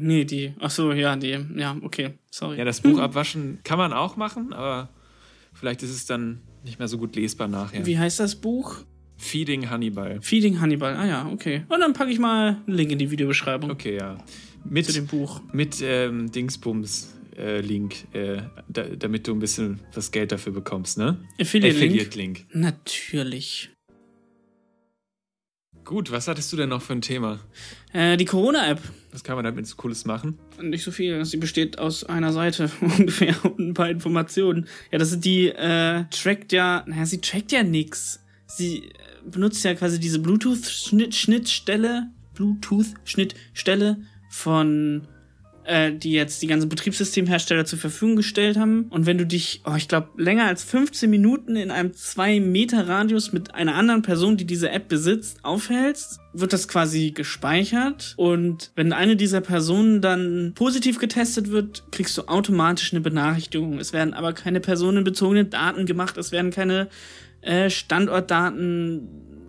Ja, okay, sorry. Ja, das Buch abwaschen kann man auch machen, aber vielleicht ist es dann nicht mehr so gut lesbar nachher. Wie heißt das Buch? Feeding Hannibal. Feeding Hannibal, okay. Und dann packe ich mal einen Link in die Videobeschreibung. Okay, ja. Zu dem Buch. Mit Dingsbums-Link, damit du ein bisschen was Geld dafür bekommst, ne? Affiliate-Link. Natürlich. Gut, was hattest du denn noch für ein Thema? Die Corona-App. Was kann man damit so Cooles machen? Nicht so viel. Sie besteht aus einer Seite ungefähr und ein paar Informationen. Ja, sie trackt ja nix. Sie benutzt ja quasi diese Bluetooth-Schnittstelle von die jetzt die ganzen Betriebssystemhersteller zur Verfügung gestellt haben. Und wenn du dich, ich glaube, länger als 15 Minuten in einem 2-Meter-Radius mit einer anderen Person, die diese App besitzt, aufhältst, wird das quasi gespeichert. Und wenn eine dieser Personen dann positiv getestet wird, kriegst du automatisch eine Benachrichtigung. Es werden aber keine personenbezogenen Daten gemacht, es werden keine Standortdaten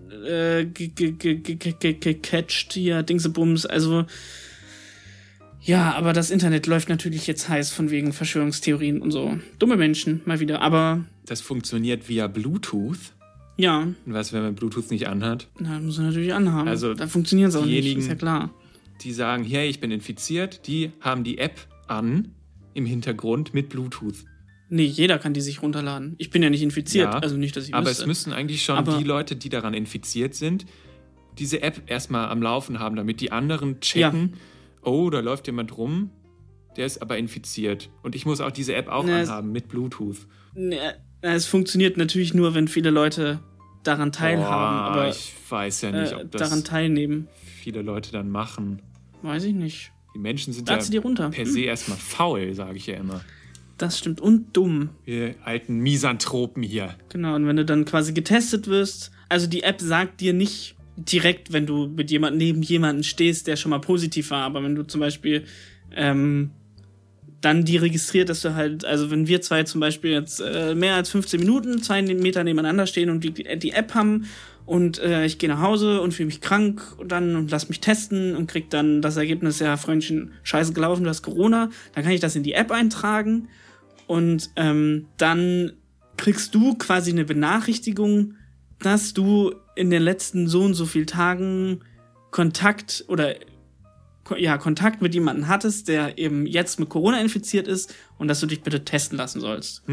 gecatcht, hier, Dingsebums, also ja, aber das Internet läuft natürlich jetzt heiß von wegen Verschwörungstheorien und so. Dumme Menschen, mal wieder, aber... Das funktioniert via Bluetooth? Ja. Und was, wenn man Bluetooth nicht anhat? Na, muss man natürlich anhaben. Also da funktioniert es auch nicht, ist ja klar. Die sagen, hey, ich bin infiziert, die haben die App an, im Hintergrund mit Bluetooth. Nee, jeder kann die sich runterladen. Ich bin ja nicht infiziert, also nicht, dass ich aber wüsste. Es müssen eigentlich schon die Leute, die daran infiziert sind, diese App erstmal am Laufen haben, damit die anderen checken, da läuft jemand rum, der ist aber infiziert. Und ich muss auch diese App auch anhaben mit Bluetooth. Es funktioniert natürlich nur, wenn viele Leute daran teilhaben. Aber ich weiß ja nicht, ob das daran teilnehmen. Viele Leute dann machen. Weiß ich nicht. Die Menschen sind Lad sie dir runter. Per se erstmal faul, sage ich ja immer. Das stimmt. Und dumm. Wir alten Misanthropen hier. Genau, und wenn du dann quasi getestet wirst, also die App sagt dir nicht direkt, wenn du mit neben jemanden stehst, der schon mal positiv war, aber wenn du zum Beispiel dann die registriert, dass du halt, also wenn wir zwei zum Beispiel jetzt mehr als 15 Minuten 2 Meter nebeneinander stehen und die App haben und ich gehe nach Hause und fühle mich krank und lass mich testen und krieg dann das Ergebnis, ja, Freundchen, scheiße gelaufen, du hast Corona, dann kann ich das in die App eintragen und dann kriegst du quasi eine Benachrichtigung, dass du in den letzten so und so vielen Tagen Kontakt mit jemandem hattest, der eben jetzt mit Corona infiziert ist und dass du dich bitte testen lassen sollst.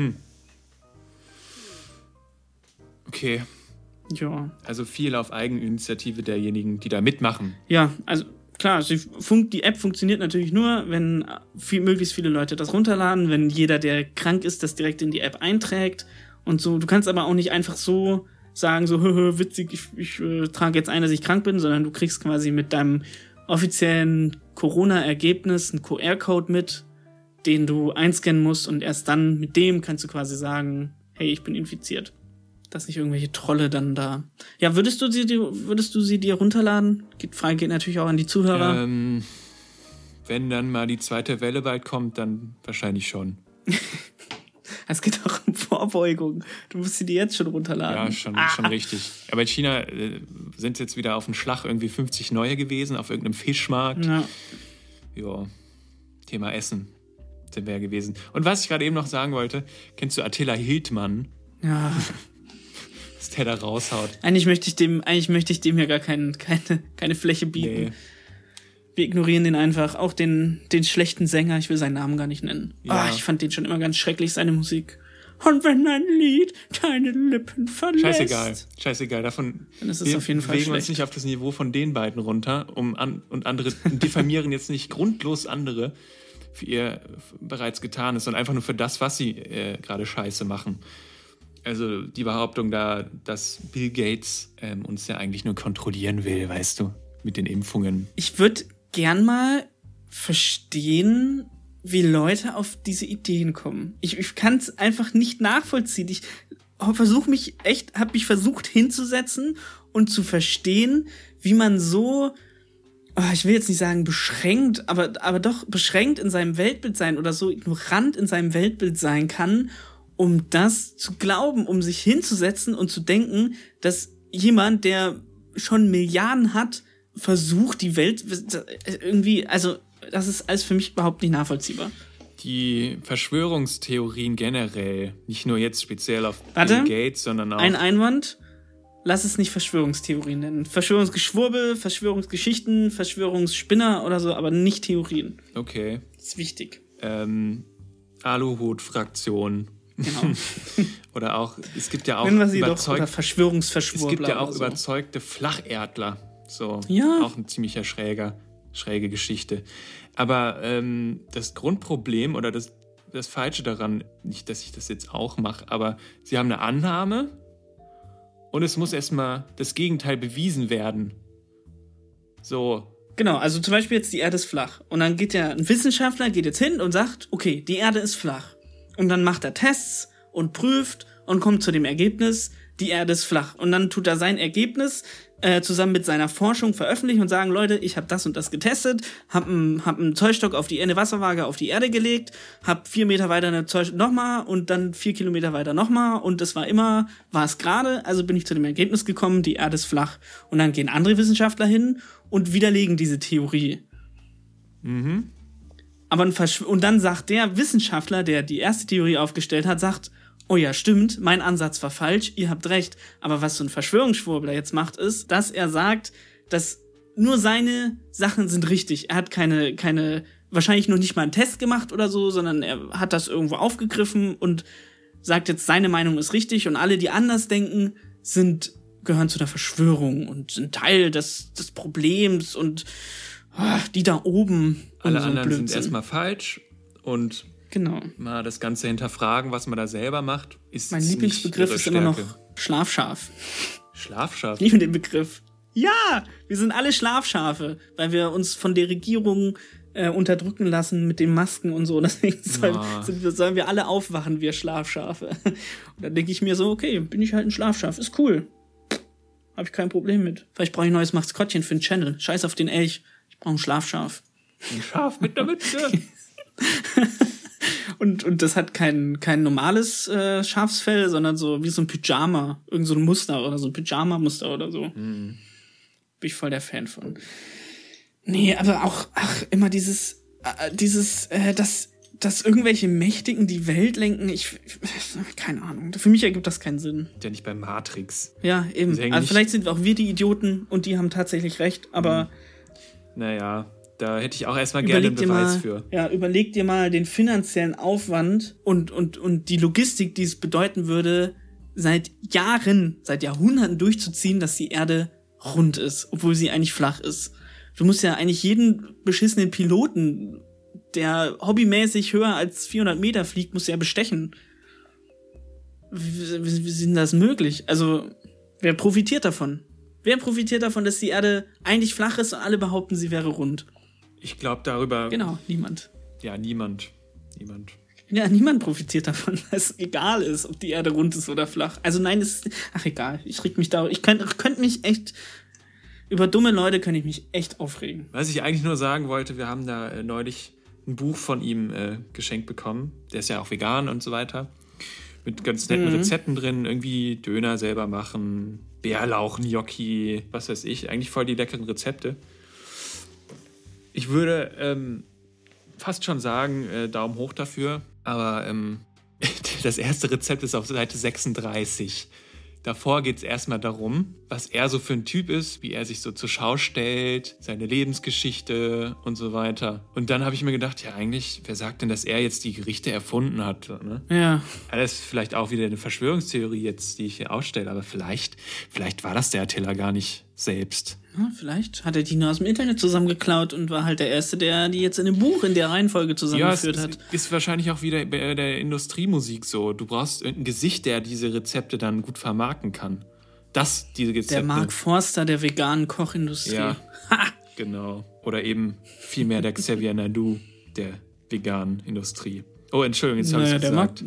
Okay. Ja. Also viel auf Eigeninitiative derjenigen, die da mitmachen. Ja, also Klar, die App funktioniert natürlich nur, wenn möglichst viele Leute das runterladen, wenn jeder, der krank ist, das direkt in die App einträgt und so. Du kannst aber auch nicht einfach so sagen, so, witzig, ich trage jetzt ein, dass ich krank bin, sondern du kriegst quasi mit deinem offiziellen Corona-Ergebnis einen QR-Code mit, den du einscannen musst und erst dann mit dem kannst du quasi sagen, hey, ich bin infiziert. Dass nicht irgendwelche Trolle dann da... Ja, würdest du sie dir runterladen? Frage geht natürlich auch an die Zuhörer. Wenn dann mal die zweite Welle bald kommt, dann wahrscheinlich schon. Es geht auch um Vorbeugung. Du musst sie dir jetzt schon runterladen. Ja, schon richtig. Aber in China sind jetzt wieder auf den Schlag irgendwie 50 neue gewesen, auf irgendeinem Fischmarkt. Ja, Thema Essen sind wir ja gewesen. Und was ich gerade eben noch sagen wollte, kennst du Attila Hildmann? Ja. Dass der da raushaut. Eigentlich möchte ich dem ja gar keine Fläche bieten. Nee. Wir ignorieren den einfach. Auch den schlechten Sänger, ich will seinen Namen gar nicht nennen. Ja. Ich fand den schon immer ganz schrecklich, seine Musik. Und wenn ein Lied deine Lippen verlässt. Scheißegal. Davon dann ist es auf jeden Fall bewegen uns nicht auf das Niveau von den beiden runter und andere diffamieren jetzt nicht grundlos andere für ihr bereits Getanes, sondern einfach nur für das, was sie gerade Scheiße machen. Also die Behauptung da, dass Bill Gates uns ja eigentlich nur kontrollieren will, weißt du, mit den Impfungen. Ich würde gern mal verstehen, wie Leute auf diese Ideen kommen. Ich kann es einfach nicht nachvollziehen. Ich habe mich versucht hinzusetzen und zu verstehen, wie man so, ich will jetzt nicht sagen beschränkt, aber doch beschränkt in seinem Weltbild sein oder so ignorant in seinem Weltbild sein kann, um das zu glauben, um sich hinzusetzen und zu denken, dass jemand, der schon Milliarden hat, versucht, die Welt irgendwie, also das ist alles für mich überhaupt nicht nachvollziehbar. Die Verschwörungstheorien generell, nicht nur jetzt speziell auf Bill Gates, sondern auch... Ein Einwand, lass es nicht Verschwörungstheorien nennen. Verschwörungsgeschwurbel, Verschwörungsgeschichten, Verschwörungsspinner oder so, aber nicht Theorien. Okay. Das ist wichtig. Aluhut-Fraktion. Genau. Oder auch, es gibt ja auch Verschwörungsverschwurbler. Es gibt ja auch so. Überzeugte Flacherdler. So, ja. Auch eine ziemlich schräge Geschichte. Aber das Grundproblem oder das Falsche daran, nicht, dass ich das jetzt auch mache, aber sie haben eine Annahme und es muss erstmal das Gegenteil bewiesen werden. So. Genau, also zum Beispiel jetzt die Erde ist flach. Und dann geht ja ein Wissenschaftler jetzt hin und sagt, okay, die Erde ist flach. Und dann macht er Tests und prüft und kommt zu dem Ergebnis, die Erde ist flach. Und dann tut er sein Ergebnis zusammen mit seiner Forschung veröffentlichen und sagen, Leute, ich habe das und das getestet, hab einen Zollstock eine Wasserwaage auf die Erde gelegt, hab 4 Meter weiter eine Zollstock nochmal und dann 4 Kilometer weiter nochmal und es war es gerade, also bin ich zu dem Ergebnis gekommen, die Erde ist flach. Und dann gehen andere Wissenschaftler hin und widerlegen diese Theorie. Mhm. Und dann sagt der Wissenschaftler, der die erste Theorie aufgestellt hat, sagt, oh ja, stimmt, mein Ansatz war falsch, ihr habt recht. Aber was so ein Verschwörungsschwurbler jetzt macht, ist, dass er sagt, dass nur seine Sachen sind richtig. Er hat keine, wahrscheinlich noch nicht mal einen Test gemacht oder so, sondern er hat das irgendwo aufgegriffen und sagt jetzt, seine Meinung ist richtig und alle, die anders denken, gehören zu der Verschwörung und sind Teil des Problems und die da oben. Alle so anderen sind erstmal falsch und genau. Mal das Ganze hinterfragen, was man da selber macht, ist mein Lieblingsbegriff ist immer noch Schlafschaf. Schlafschaf? Ich liebe den Begriff. Ja, wir sind alle Schlafschafe, weil wir uns von der Regierung unterdrücken lassen mit den Masken und so. Deswegen sollen wir alle aufwachen, wir Schlafschafe. Und dann denke ich mir so, okay, bin ich halt ein Schlafschaf, ist cool. Hab ich kein Problem mit. Vielleicht brauche ich ein neues Maskottchen für den Channel. Scheiß auf den Elch. Ich brauche ein Schlafschaf. Ein Schaf mit der Mütze. Und das hat kein normales Schafsfell, sondern so wie so ein Pyjama. Irgend so ein Muster oder so ein Pyjama-Muster oder so. Bin ich voll der Fan von. Nee, aber auch immer dass irgendwelche Mächtigen die Welt lenken, keine Ahnung. Für mich ergibt das keinen Sinn. Ja, nicht bei Matrix. Ja, eben. Also vielleicht sind auch wir die Idioten und die haben tatsächlich recht, aber... Naja, da hätte ich auch erstmal gerne einen Beweis für. Ja, überleg dir mal den finanziellen Aufwand und die Logistik, die es bedeuten würde, seit Jahrhunderten durchzuziehen, dass die Erde rund ist, obwohl sie eigentlich flach ist. Du musst ja eigentlich jeden beschissenen Piloten, der hobbymäßig höher als 400 Meter fliegt, musst du ja bestechen. Wie ist denn das möglich? Also, wer profitiert davon? Wer profitiert davon, dass die Erde eigentlich flach ist und alle behaupten, sie wäre rund? Ich glaube darüber... Genau, niemand. Ja, niemand. Ja, niemand profitiert davon, dass es egal ist, ob die Erde rund ist oder flach. Also nein, ach egal, ich reg mich da... Ich könnte mich echt... Über dumme Leute könnte ich mich echt aufregen. Was ich eigentlich nur sagen wollte, wir haben da neulich ein Buch von ihm geschenkt bekommen. Der ist ja auch vegan und so weiter. Mit ganz netten Rezepten drin. Irgendwie Döner selber machen, Bärlauch, Gnocchi, was weiß ich. Eigentlich voll die leckeren Rezepte. Ich würde fast schon sagen, Daumen hoch dafür. Aber das erste Rezept ist auf Seite 36. Davor geht es erstmal darum, was er so für ein Typ ist, wie er sich so zur Schau stellt, seine Lebensgeschichte und so weiter. Und dann habe ich mir gedacht, ja eigentlich, wer sagt denn, dass er jetzt die Gerichte erfunden hat? Ne? Ja. Das ist vielleicht auch wieder eine Verschwörungstheorie jetzt, die ich hier ausstelle, aber vielleicht war das der Attila gar nicht selbst. Ja, vielleicht hat er die nur aus dem Internet zusammengeklaut und war halt der Erste, der die jetzt in dem Buch in der Reihenfolge zusammengeführt hat. Ja, ist wahrscheinlich auch wieder bei der Industriemusik so. Du brauchst irgendein Gesicht, der diese Rezepte dann gut vermarkten kann. Diese Rezepte. Der Mark Forster der veganen Kochindustrie. Ja, ha! Genau. Oder eben vielmehr der Xavier Naidu der veganen Industrie. Oh, Entschuldigung, jetzt habe ich es gesagt.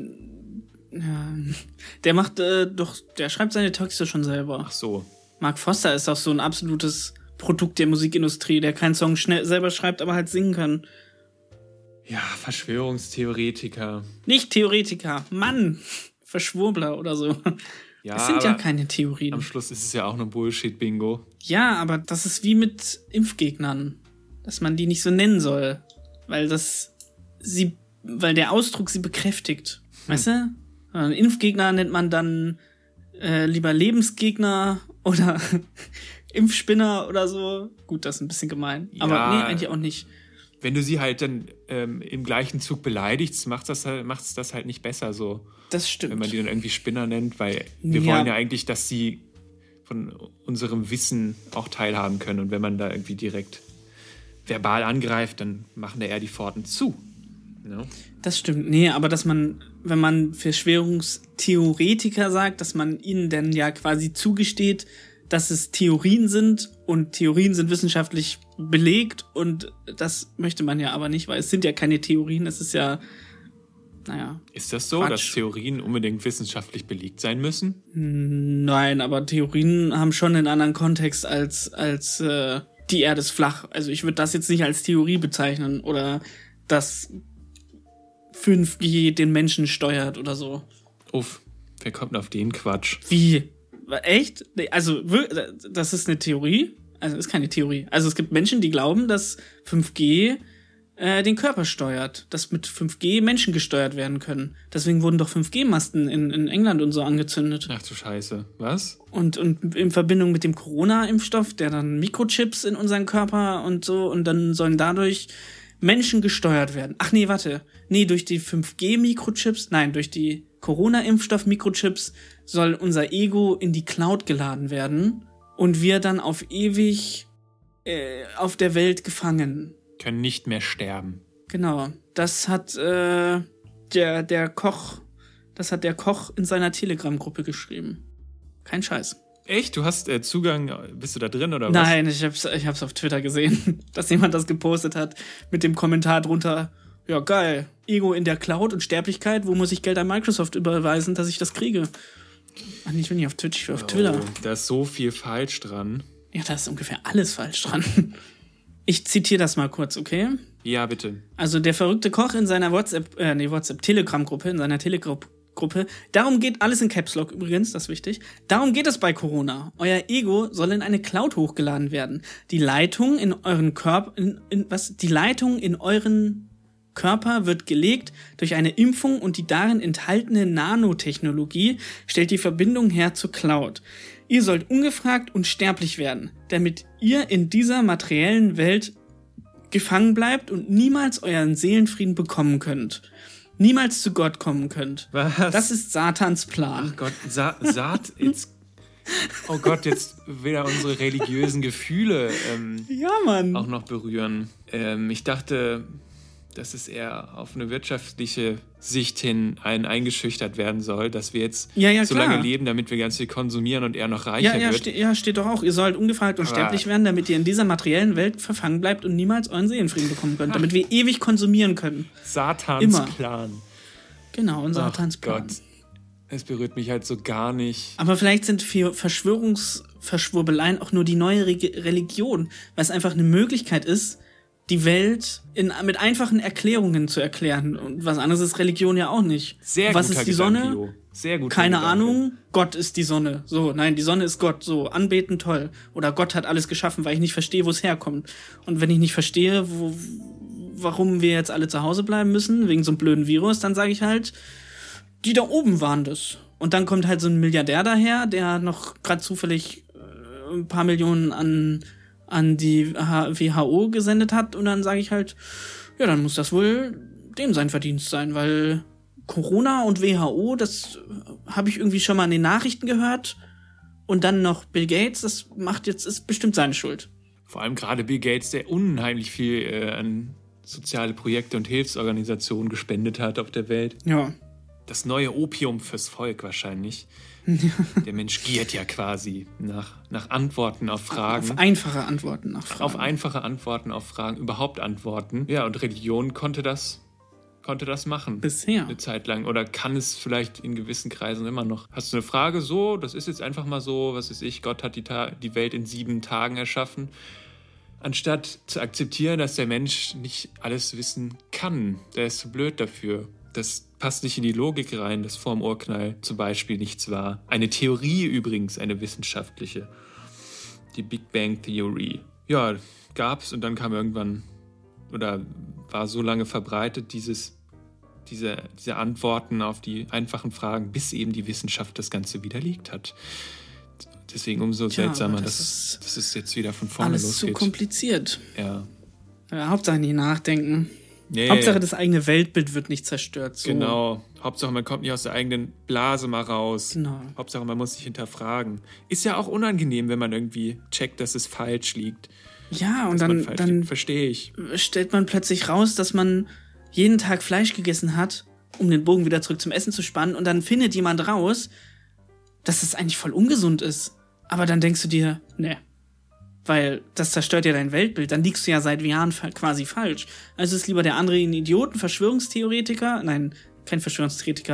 Der schreibt seine Texte schon selber. Ach so. Mark Forster ist auch so ein absolutes Produkt der Musikindustrie, der keinen Song selber schreibt, aber halt singen kann. Ja, Verschwörungstheoretiker. Nicht Theoretiker, Mann! Verschwurbler oder so. Ja, das sind ja keine Theorien. Am Schluss ist es ja auch nur Bullshit-Bingo. Ja, aber das ist wie mit Impfgegnern, dass man die nicht so nennen soll, weil der Ausdruck sie bekräftigt. Weißt du? Einen Impfgegner nennt man dann lieber Lebensgegner oder Impfspinner oder so. Gut, das ist ein bisschen gemein. Ja, aber nee, eigentlich auch nicht. Wenn du sie halt dann im gleichen Zug beleidigst, macht's das halt nicht besser so. Das stimmt. Wenn man die dann irgendwie Spinner nennt, weil wir wollen ja eigentlich, dass sie von unserem Wissen auch teilhaben können. Und wenn man da irgendwie direkt verbal angreift, dann machen da eher die Pforten zu. No? Das stimmt. Nee, aber wenn man Verschwörungstheoretiker sagt, dass man ihnen dann ja quasi zugesteht, dass es Theorien sind und Theorien sind wissenschaftlich belegt und das möchte man ja aber nicht, weil es sind ja keine Theorien, es ist ja, naja. Ist das so, Quatsch. dass Theorien unbedingt wissenschaftlich belegt sein müssen? Nein, aber Theorien haben schon einen anderen Kontext als die Erde ist flach. Also ich würde das jetzt nicht als Theorie bezeichnen oder dass 5G den Menschen steuert oder so. Uff, wer kommt denn auf den Quatsch? Wie? Echt? Also, das ist eine Theorie? Also, ist keine Theorie. Also, es gibt Menschen, die glauben, dass 5G den Körper steuert. Dass mit 5G Menschen gesteuert werden können. Deswegen wurden doch 5G-Masten in England und so angezündet. Ach du Scheiße. Was? Und in Verbindung mit dem Corona-Impfstoff, der dann Mikrochips in unseren Körper und so, und dann sollen dadurch Menschen gesteuert werden. Ach nee, warte. Nee, durch die 5G-Mikrochips, nein, durch die Corona-Impfstoff-Mikrochips soll unser Ego in die Cloud geladen werden und wir dann auf ewig auf der Welt gefangen. Können nicht mehr sterben. Genau. Das hat der Koch in seiner Telegram-Gruppe geschrieben. Kein Scheiß. Echt? Du hast Zugang, bist du da drin oder was? Nein, ich hab's auf Twitter gesehen, dass jemand das gepostet hat mit dem Kommentar drunter, ja geil, Ego in der Cloud und Sterblichkeit, wo muss ich Geld an Microsoft überweisen, dass ich das kriege? Ach nee, ich bin nicht auf Twitch, ich bin auf Twitter. Da ist so viel falsch dran. Ja, da ist ungefähr alles falsch dran. Ich zitiere das mal kurz, okay? Ja, bitte. Also der verrückte Koch in seiner Telegram-Gruppe, in seiner Telegram-Gruppe, darum geht alles in Caps Lock übrigens, das ist wichtig. Darum geht es bei Corona. Euer Ego soll in eine Cloud hochgeladen werden. Die Leitung in euren Körper, Die Leitung in euren Körper wird gelegt durch eine Impfung und die darin enthaltene Nanotechnologie stellt die Verbindung her zur Cloud. Ihr sollt ungefragt unsterblich werden, damit ihr in dieser materiellen Welt gefangen bleibt und niemals euren Seelenfrieden bekommen könnt. Niemals zu Gott kommen könnt. Was? Das ist Satans Plan. Ach Gott, Oh Gott, jetzt will er unsere religiösen Gefühle Ja, Mann. auch noch berühren. Ich dachte, dass es eher auf eine wirtschaftliche Sicht hin eingeschüchtert werden soll, dass wir jetzt so klar. lange leben, damit wir ganz viel konsumieren und er noch reicher wird. Steht doch auch. Ihr sollt ungefragt und sterblich werden, damit ihr in dieser materiellen Welt verfangen bleibt und niemals euren Seelenfrieden bekommen könnt, damit wir ewig konsumieren können. Satans Plan. Genau, ein Satans Plan. Gott, es berührt mich halt so gar nicht. Aber vielleicht sind für Verschwurbeleien auch nur die neue Religion, weil es einfach eine Möglichkeit ist, die Welt mit einfachen Erklärungen zu erklären. Und was anderes ist Religion ja auch nicht. Sehr was guter ist die Gedanke, Sonne? Jo. Sehr guter Keine Gedanke. Ahnung, Gott ist die Sonne. So, nein, die Sonne ist Gott. So, anbeten, toll. Oder Gott hat alles geschaffen, weil ich nicht verstehe, wo es herkommt. Und wenn ich nicht verstehe, warum wir jetzt alle zu Hause bleiben müssen, wegen so einem blöden Virus, dann sage ich halt, die da oben waren das. Und dann kommt halt so ein Milliardär daher, der noch gerade zufällig ein paar Millionen an die WHO gesendet hat. Und dann sage ich halt, ja, dann muss das wohl dem sein Verdienst sein, weil Corona und WHO, das habe ich irgendwie schon mal in den Nachrichten gehört. Und dann noch Bill Gates, ist bestimmt seine Schuld. Vor allem gerade Bill Gates, der unheimlich viel an soziale Projekte und Hilfsorganisationen gespendet hat auf der Welt. Ja. Das neue Opium fürs Volk wahrscheinlich. Der Mensch giert ja quasi nach Antworten auf Fragen. Auf einfache Antworten auf Fragen. Auf einfache Antworten auf Fragen, überhaupt Antworten. Ja, und Religion konnte das machen. Bisher. Eine Zeit lang. Oder kann es vielleicht in gewissen Kreisen immer noch. Hast du eine Frage? So, das ist jetzt einfach mal so, was weiß ich, Gott hat die Welt in 7 Tagen erschaffen. Anstatt zu akzeptieren, dass der Mensch nicht alles wissen kann. Der ist zu blöd dafür. Das passt nicht in die Logik rein, dass vorm Urknall zum Beispiel nichts war. Eine Theorie übrigens, eine wissenschaftliche. Die Big Bang Theory. Ja, gab's und dann kam irgendwann, oder war so lange verbreitet, diese Antworten auf die einfachen Fragen, bis eben die Wissenschaft das Ganze widerlegt hat. Deswegen umso seltsamer, dass es jetzt wieder von vorne alles losgeht. zu kompliziert. Ja. Hauptsache nicht nachdenken. Nee. Hauptsache das eigene Weltbild wird nicht zerstört. So. Genau. Hauptsache man kommt nicht aus der eigenen Blase mal raus. Genau. Hauptsache man muss sich hinterfragen. Ist ja auch unangenehm, wenn man irgendwie checkt, dass es falsch liegt. Ja, und dann verstehe ich. Stellt man plötzlich raus, dass man jeden Tag Fleisch gegessen hat, um den Bogen wieder zurück zum Essen zu spannen. Und dann findet jemand raus, dass es eigentlich voll ungesund ist. Aber dann denkst du dir, ne, weil das zerstört ja dein Weltbild. Dann liegst du ja seit Jahren quasi falsch. Also ist lieber der andere ein Idioten, Verschwörungstheoretiker. Nein, kein Verschwörungstheoretiker,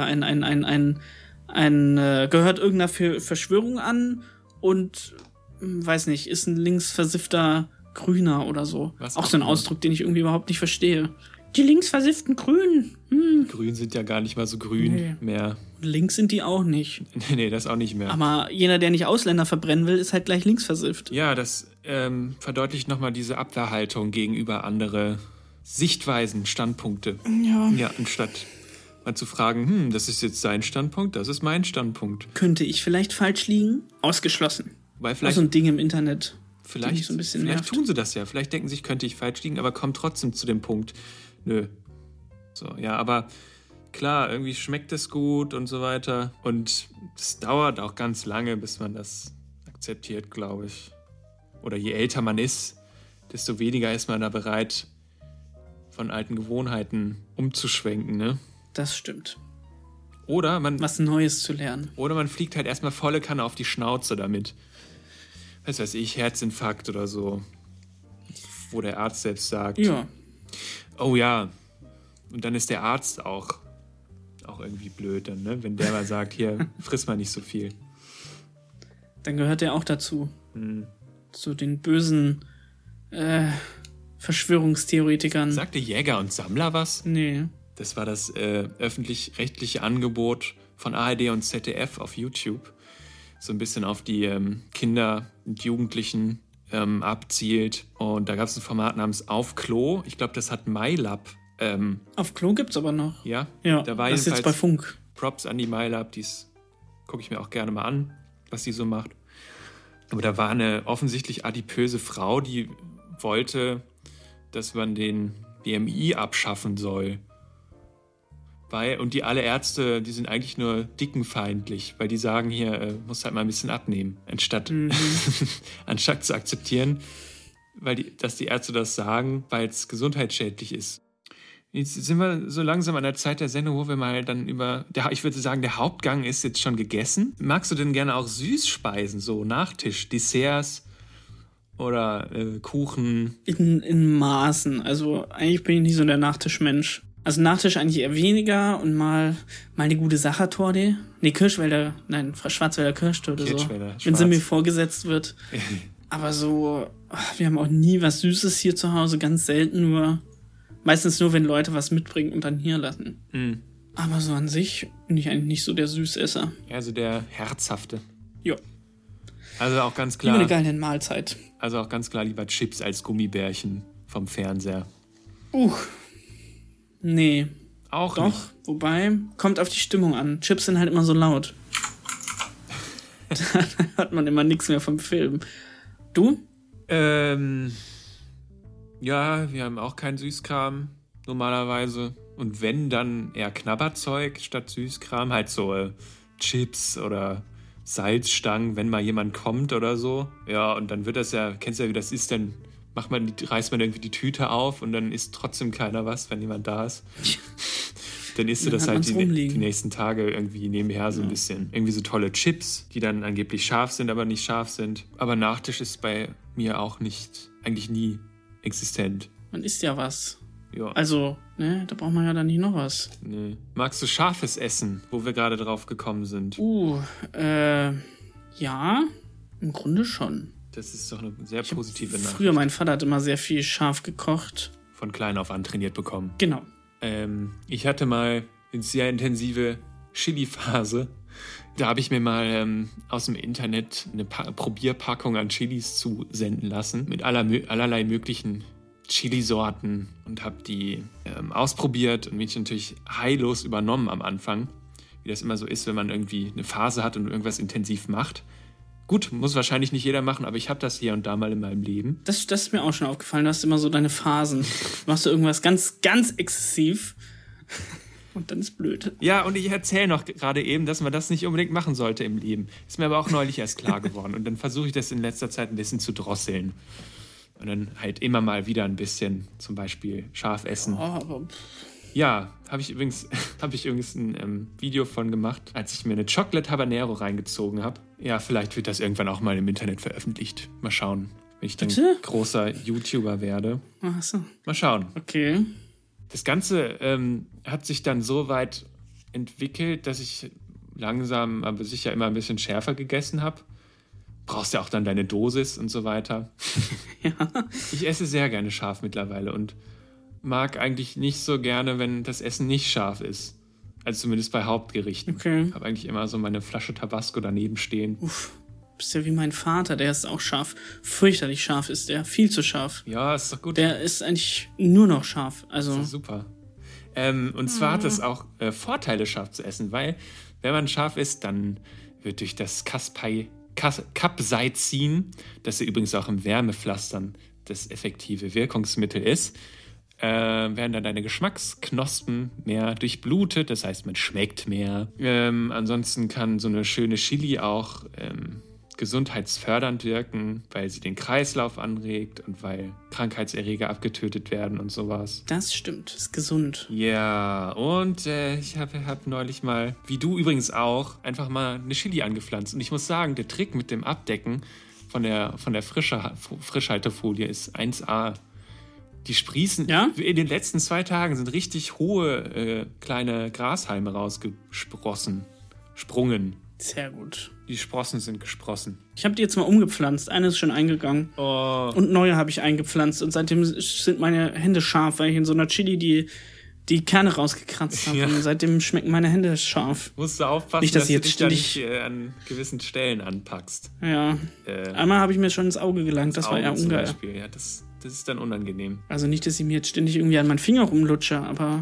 gehört irgendeiner Verschwörung an und, weiß nicht, ist ein linksversiffter Grüner oder so. Auch so ein Ausdruck, den ich irgendwie überhaupt nicht verstehe. Die linksversifften Grünen. Grün sind ja gar nicht mal so grün mehr. Links sind die auch nicht. Nee, das auch nicht mehr. Aber jener, der nicht Ausländer verbrennen will, ist halt gleich linksversifft. Ja, das verdeutlicht nochmal diese Abwehrhaltung gegenüber andere Sichtweisen, Standpunkte. Ja, anstatt mal zu fragen, das ist jetzt sein Standpunkt, das ist mein Standpunkt. Könnte ich vielleicht falsch liegen? Ausgeschlossen. Weil vielleicht so ein Ding im Internet. Vielleicht, so ein bisschen vielleicht tun sie das ja. Vielleicht denken sich, könnte ich falsch liegen, aber kommen trotzdem zu dem Punkt, nö. So, ja, aber klar, irgendwie schmeckt es gut und so weiter. Und es dauert auch ganz lange, bis man das akzeptiert, glaube ich. Oder je älter man ist, desto weniger ist man da bereit, von alten Gewohnheiten umzuschwenken, ne? Das stimmt. Oder man was Neues zu lernen. Oder man fliegt halt erstmal volle Kanne auf die Schnauze damit. Was weiß ich, Herzinfarkt oder so. Wo der Arzt selbst sagt. Ja. Oh ja. Und dann ist der Arzt auch irgendwie blöd dann, ne? Wenn der mal sagt, hier, friss mal nicht so viel. Dann gehört der auch dazu. Zu den bösen Verschwörungstheoretikern. Sagte Jäger und Sammler was? Nee. Das war das öffentlich-rechtliche Angebot von ARD und ZDF auf YouTube. So ein bisschen auf die Kinder und Jugendlichen abzielt. Und da gab es ein Format namens Auf Klo. Ich glaube, das hat MyLab. Auf Klo gibt's aber noch. Ja, da war das ist jetzt bei Funk. Props an die MyLab, dies gucke ich mir auch gerne mal an, was sie so macht. Aber da war eine offensichtlich adipöse Frau, die wollte, dass man den BMI abschaffen soll. Und die alle Ärzte, die sind eigentlich nur dickenfeindlich, weil die sagen hier, musst halt mal ein bisschen abnehmen, anstatt zu akzeptieren, dass die Ärzte das sagen, weil es gesundheitsschädlich ist. Jetzt sind wir so langsam an der Zeit der Sendung, wo wir mal dann ich würde sagen, der Hauptgang ist jetzt schon gegessen. Magst du denn gerne auch Süßspeisen, so Nachtisch, Desserts oder Kuchen? In Maßen. Also eigentlich bin ich nicht so der Nachtischmensch. Also Nachtisch eigentlich eher weniger und mal eine gute Sachertorte. Nee, Schwarzwälder Kirschtorte so. Wenn sie mir vorgesetzt wird. Aber so, wir haben auch nie was Süßes hier zu Hause, ganz selten nur. Meistens nur, wenn Leute was mitbringen und dann hier lassen. Mhm. Aber so an sich bin ich eigentlich nicht so der Süßesser. Also der Herzhafte. Ja. Also auch ganz klar. Lieber eine geile Mahlzeit. Also auch ganz klar lieber Chips als Gummibärchen vom Fernseher. Nee. Auch doch, nicht. Wobei, kommt auf die Stimmung an. Chips sind halt immer so laut. Da hört man immer nichts mehr vom Film. Du? Ja, wir haben auch keinen Süßkram normalerweise. Und wenn, dann eher Knabberzeug statt Süßkram. Halt so Chips oder Salzstangen, wenn mal jemand kommt oder so. Ja, und dann wird das ja, kennst du ja, wie das ist, dann reißt man irgendwie die Tüte auf und dann isst trotzdem keiner was, wenn jemand da ist. Dann isst du das halt die nächsten Tage irgendwie nebenher so ein bisschen. Irgendwie so tolle Chips, die dann angeblich scharf sind, aber nicht scharf sind. Aber Nachtisch ist bei mir auch eigentlich nie existent. Man isst ja was. Ja. Also, ne, da braucht man ja dann nicht noch was. Nee. Magst du scharfes Essen, wo wir gerade drauf gekommen sind? Ja, im Grunde schon. Das ist doch eine sehr positive Nachricht. Früher, mein Vater hat immer sehr viel scharf gekocht. Von klein auf antrainiert bekommen. Genau. Ich hatte mal eine sehr intensive Chili-Phase. Da habe ich mir mal aus dem Internet eine Probierpackung an Chilis zusenden lassen. Mit allerlei möglichen Chilisorten. Und habe die ausprobiert und mich natürlich heillos übernommen am Anfang. Wie das immer so ist, wenn man irgendwie eine Phase hat und irgendwas intensiv macht. Gut, muss wahrscheinlich nicht jeder machen, aber ich habe das hier und da mal in meinem Leben. Das ist mir auch schon aufgefallen. Du hast immer so deine Phasen. Machst du irgendwas ganz, ganz exzessiv und dann ist blöd. Ja, und ich erzähle noch gerade eben, dass man das nicht unbedingt machen sollte im Leben. Ist mir aber auch neulich erst klar geworden. Und dann versuche ich das in letzter Zeit ein bisschen zu drosseln. Und dann halt immer mal wieder ein bisschen, zum Beispiel scharf essen. Oh, aber ja, habe ich übrigens ein Video von gemacht, als ich mir eine Chocolate Habanero reingezogen habe. Ja, vielleicht wird das irgendwann auch mal im Internet veröffentlicht. Mal schauen, wenn ich dann großer YouTuber werde. Ach so. Mal schauen. Okay. Das Ganze hat sich dann so weit entwickelt, dass ich langsam, aber sicher immer ein bisschen schärfer gegessen habe. Brauchst ja auch dann deine Dosis und so weiter. Ja. Ich esse sehr gerne scharf mittlerweile und mag eigentlich nicht so gerne, wenn das Essen nicht scharf ist. Also zumindest bei Hauptgerichten. Okay. Ich habe eigentlich immer so meine Flasche Tabasco daneben stehen. Uff, bist ja wie mein Vater, der ist auch scharf. Fürchterlich scharf ist der, viel zu scharf. Ja, ist doch gut. Der ist eigentlich nur noch scharf. Also. Das ist super. Und zwar hat es auch Vorteile, scharf zu essen, weil wenn man scharf isst, dann wird durch das Capsaicin, das ja übrigens auch im Wärmepflastern das effektive Wirkungsmittel ist, werden dann deine Geschmacksknospen mehr durchblutet, das heißt, man schmeckt mehr. Ansonsten kann so eine schöne Chili auch gesundheitsfördernd wirken, weil sie den Kreislauf anregt und weil Krankheitserreger abgetötet werden und sowas. Das stimmt, ist gesund. Ja, und ich hab neulich mal, wie du übrigens auch, einfach mal eine Chili angepflanzt. Und ich muss sagen, der Trick mit dem Abdecken von der Frischhaltefolie ist 1A. Die sprießen, ja? In den letzten 2 Tagen sind richtig hohe kleine Grashalme rausgesprungen. Sehr gut. Die Sprossen sind gesprossen. Ich habe die jetzt mal umgepflanzt. Eine ist schon eingegangen. Oh. Und neue habe ich eingepflanzt. Und seitdem sind meine Hände scharf, weil ich in so einer Chili die Kerne rausgekratzt habe. Ja. Und seitdem schmecken meine Hände scharf. Musst du aufpassen, nicht, dass du dich da nicht an gewissen Stellen anpackst. Ja. Einmal habe ich mir schon ins Auge gelangt. Das war eher ungeil. Zum Beispiel. Ja, das ist dann unangenehm. Also nicht, dass ich mir jetzt ständig irgendwie an meinen Finger rumlutsche, aber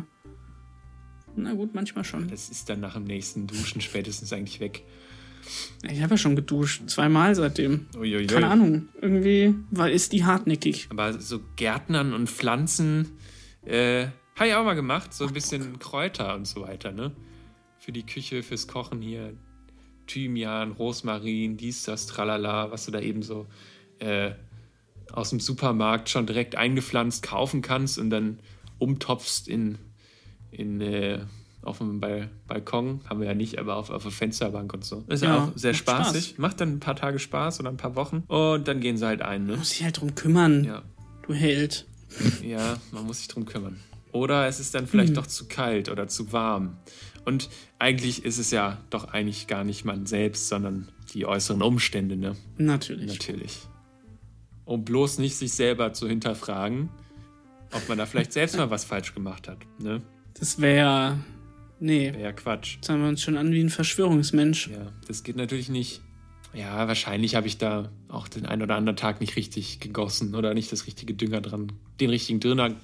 na gut, manchmal schon. Das ist dann nach dem nächsten Duschen spätestens eigentlich weg. Ich habe ja schon geduscht, 2-mal seitdem. Uiuiui. Keine Ahnung, irgendwie ist die hartnäckig. Aber so Gärtnern und Pflanzen Habe ich auch mal gemacht, so ein bisschen Kräuter und so weiter, ne? Für die Küche, fürs Kochen hier. Thymian, Rosmarin, dies, das, tralala, was du da eben so aus dem Supermarkt schon direkt eingepflanzt kaufen kannst und dann umtopfst auf dem Balkon. Haben wir ja nicht, aber auf der Fensterbank und so. Ist ja auch sehr spaßig. Spaß. Macht dann ein paar Tage Spaß oder ein paar Wochen und dann gehen sie halt ein, ne? Muss sich halt drum kümmern, ja. Du Held. Ja, man muss sich drum kümmern. Oder es ist dann vielleicht doch zu kalt oder zu warm. Und eigentlich ist es ja doch eigentlich gar nicht man selbst, sondern die äußeren Umstände, ne? Natürlich. Um bloß nicht sich selber zu hinterfragen, ob man da vielleicht selbst mal was falsch gemacht hat, ne? Das wäre ja Quatsch. Jetzt haben wir uns schon an wie ein Verschwörungsmensch. Ja, das geht natürlich nicht. Ja, wahrscheinlich habe ich da auch den einen oder anderen Tag nicht richtig gegossen oder nicht das richtige Dünger dran, den richtigen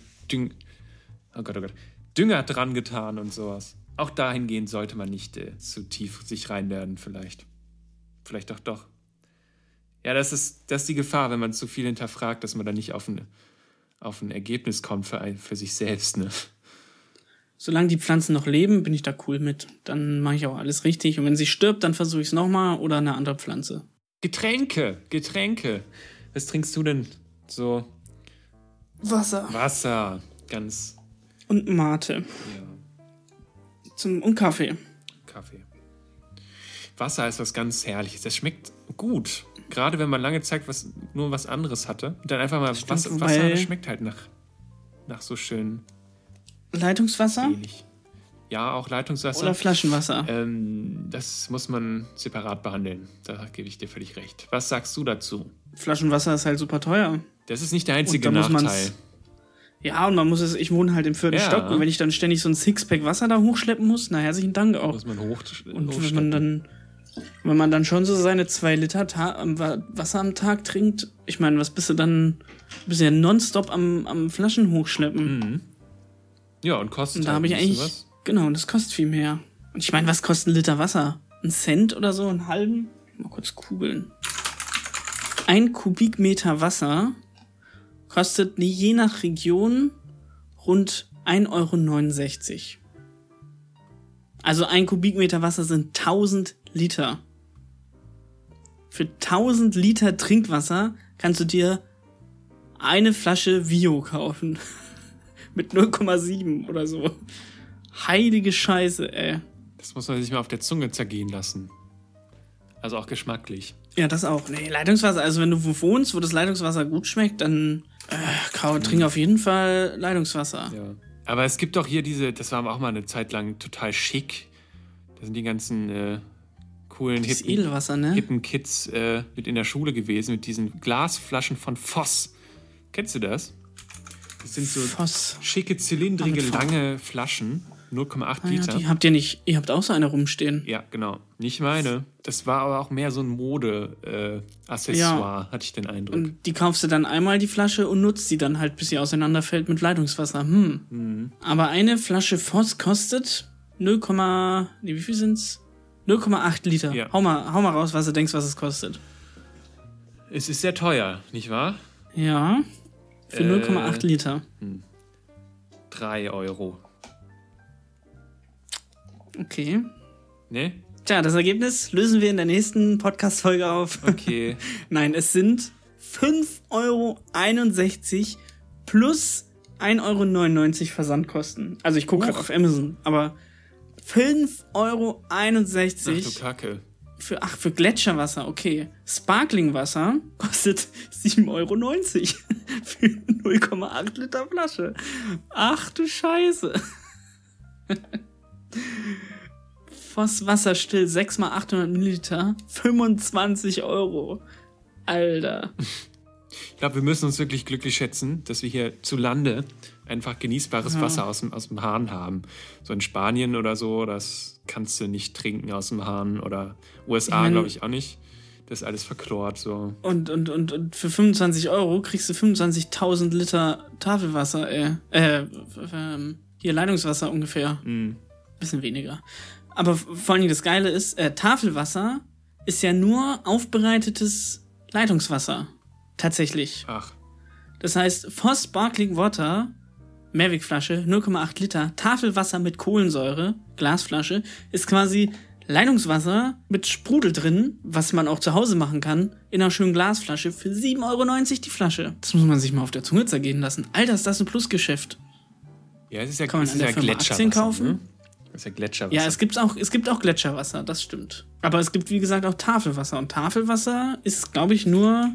Dünger dran getan und sowas. Auch dahingehend sollte man nicht zu tief sich reinlernen, vielleicht. Vielleicht doch. Ja, das ist die Gefahr, wenn man zu viel hinterfragt, dass man dann nicht auf ein Ergebnis kommt für sich selbst, ne? Solange die Pflanzen noch leben, bin ich da cool mit. Dann mache ich auch alles richtig. Und wenn sie stirbt, dann versuche ich es nochmal oder eine andere Pflanze. Getränke. Was trinkst du denn so? Wasser. Ganz. Und Mate. Ja. Und Kaffee. Wasser ist was ganz Herrliches. Das schmeckt gut. Gerade wenn man lange Zeit nur was anderes hatte. Und dann einfach mal Wasser, das schmeckt halt nach so schön. Leitungswasser? Wenig. Ja, auch Leitungswasser. Oder Flaschenwasser? Das muss man separat behandeln. Da gebe ich dir völlig recht. Was sagst du dazu? Flaschenwasser ist halt super teuer. Das ist nicht der einzige Nachteil. Ja, und ich wohne halt im 4. Stock und wenn ich dann ständig so ein Sixpack Wasser da hochschleppen muss, na herzlichen Dank auch. Muss man und wenn man dann schon so seine 2 Liter Wasser am Tag trinkt, ich meine, was bist du dann? Du bist ja nonstop am Flaschen hochschleppen. Mhm. Ja, und kostet und da habe ich eigentlich was? Genau, und das kostet viel mehr. Und ich meine, was kostet ein Liter Wasser? 1 Cent oder so, einen halben? Mal kurz kugeln. 1 Kubikmeter Wasser kostet je nach Region rund 1,69 €. Also 1 Kubikmeter Wasser sind 1000 Liter. Für 1000 Liter Trinkwasser kannst du dir eine Flasche Vio kaufen. Mit 0,7 oder so. Heilige Scheiße, ey. Das muss man sich mal auf der Zunge zergehen lassen. Also auch geschmacklich. Ja, das auch. Nee, Leitungswasser, also wenn du wo wohnst, wo das Leitungswasser gut schmeckt, dann trink auf jeden Fall Leitungswasser. Ja. Aber es gibt doch hier das war auch mal eine Zeit lang total schick. Da sind die ganzen coolen, hippen Kids mit in der Schule gewesen, mit diesen Glasflaschen von Voss. Kennst du das? Das sind so schicke, zylindrige, lange Flaschen. 0,8 Liter. Die habt ihr nicht. Ihr habt auch so eine rumstehen. Ja, genau. Nicht meine. Das war aber auch mehr so ein Mode-Accessoire, hatte ich den Eindruck. Und die kaufst du dann einmal die Flasche und nutzt sie dann halt, bis sie auseinanderfällt mit Leitungswasser. Aber eine Flasche Voss kostet wie viel sind's? 0,8 Liter. Ja. Hau mal raus, was du denkst, was es kostet. Es ist sehr teuer, nicht wahr? Ja. Für 0,8 Liter. 3 €. Okay. Ne? Tja, das Ergebnis lösen wir in der nächsten Podcast-Folge auf. Okay. Nein, es sind 5,61 € plus 1,99 € Versandkosten. Also ich gucke gerade auf Amazon, aber 5,61 € Ach du Kacke. Für Gletscherwasser, okay. Sparklingwasser kostet 7,90 € für 0,8 Liter Flasche. Ach du Scheiße. Voss Wasserstill 6 x 800 Milliliter, 25 €. Alter. Ich glaube, wir müssen uns wirklich glücklich schätzen, dass wir hier zu Lande einfach genießbares Wasser aus dem Hahn haben. So in Spanien oder so, das kannst du nicht trinken aus dem Hahn. Oder USA, glaube ich, auch nicht. Das ist alles verchlort. So. Und für 25 € kriegst du 25.000 Liter Tafelwasser, hier Leitungswasser ungefähr. Bisschen weniger. Aber vor allem das Geile ist, Tafelwasser ist ja nur aufbereitetes Leitungswasser. Tatsächlich. Ach. Das heißt, Voss Sparkling Water Mehrwegflasche, 0,8 Liter, Tafelwasser mit Kohlensäure, Glasflasche, ist quasi Leitungswasser mit Sprudel drin, was man auch zu Hause machen kann, in einer schönen Glasflasche für 7,90 Euro die Flasche. Das muss man sich mal auf der Zunge zergehen lassen. Alter, ist das ein Plusgeschäft. Ja, es ist ja, kann man an der Firma Aktien kaufen? Ne? Das ist ja Gletscherwasser. Ja, es gibt auch Gletscherwasser, das stimmt. Aber es gibt, wie gesagt, auch Tafelwasser. Und Tafelwasser ist, glaube ich, nur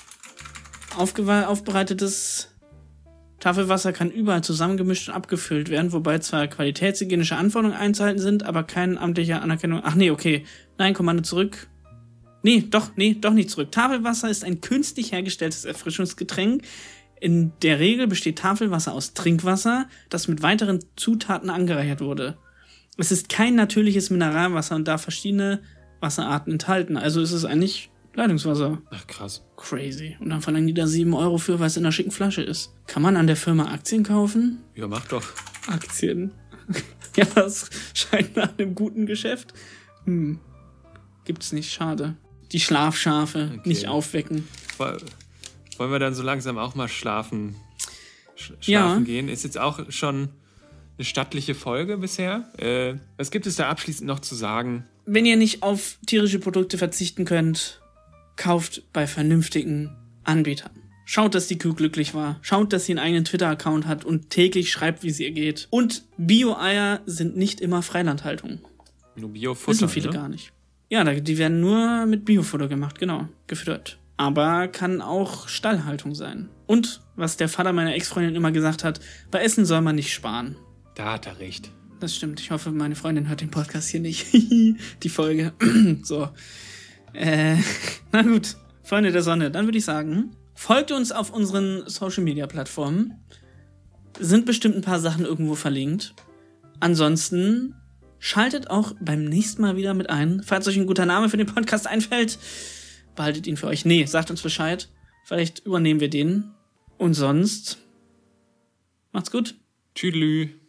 aufbereitetes Tafelwasser, kann überall zusammengemischt und abgefüllt werden, wobei zwar qualitätshygienische Anforderungen einzuhalten sind, aber keine amtliche Anerkennung. Ach nee, okay. Nein, Kommando zurück. Doch nicht zurück. Tafelwasser ist ein künstlich hergestelltes Erfrischungsgetränk. In der Regel besteht Tafelwasser aus Trinkwasser, das mit weiteren Zutaten angereichert wurde. Es ist kein natürliches Mineralwasser und darf verschiedene Wasserarten enthalten. Also ist es eigentlich Leitungswasser. Ach, krass. Crazy. Und dann verlangen die da 7 Euro für, weil es in einer schicken Flasche ist. Kann man an der Firma Aktien kaufen? Ja, mach doch. Aktien. Ja, das scheint nach einem guten Geschäft. Gibt's nicht, schade. Die Schlafschafe nicht aufwecken. Wollen wir dann so langsam auch mal schlafen Ja. gehen? Ist jetzt auch schon eine stattliche Folge bisher. Was gibt es da abschließend noch zu sagen? Wenn ihr nicht auf tierische Produkte verzichten könnt, kauft bei vernünftigen Anbietern. Schaut, dass die Kuh glücklich war. Schaut, dass sie einen eigenen Twitter-Account hat und täglich schreibt, wie es ihr geht. Und Bio-Eier sind nicht immer Freilandhaltung. Nur Biofutter, Wissen viele gar nicht. Ja, die werden nur mit Biofutter gemacht, genau, gefüttert. Aber kann auch Stallhaltung sein. Und, was der Vater meiner Ex-Freundin immer gesagt hat, bei Essen soll man nicht sparen. Da hat er recht. Das stimmt. Ich hoffe, meine Freundin hört den Podcast hier nicht. Die Folge. So. Na gut. Freunde der Sonne. Dann würde ich sagen, folgt uns auf unseren Social-Media-Plattformen. Sind bestimmt ein paar Sachen irgendwo verlinkt. Ansonsten schaltet auch beim nächsten Mal wieder mit ein. Falls euch ein guter Name für den Podcast einfällt, behaltet ihn für euch. Nee, sagt uns Bescheid. Vielleicht übernehmen wir den. Und sonst macht's gut. Tschüdelü.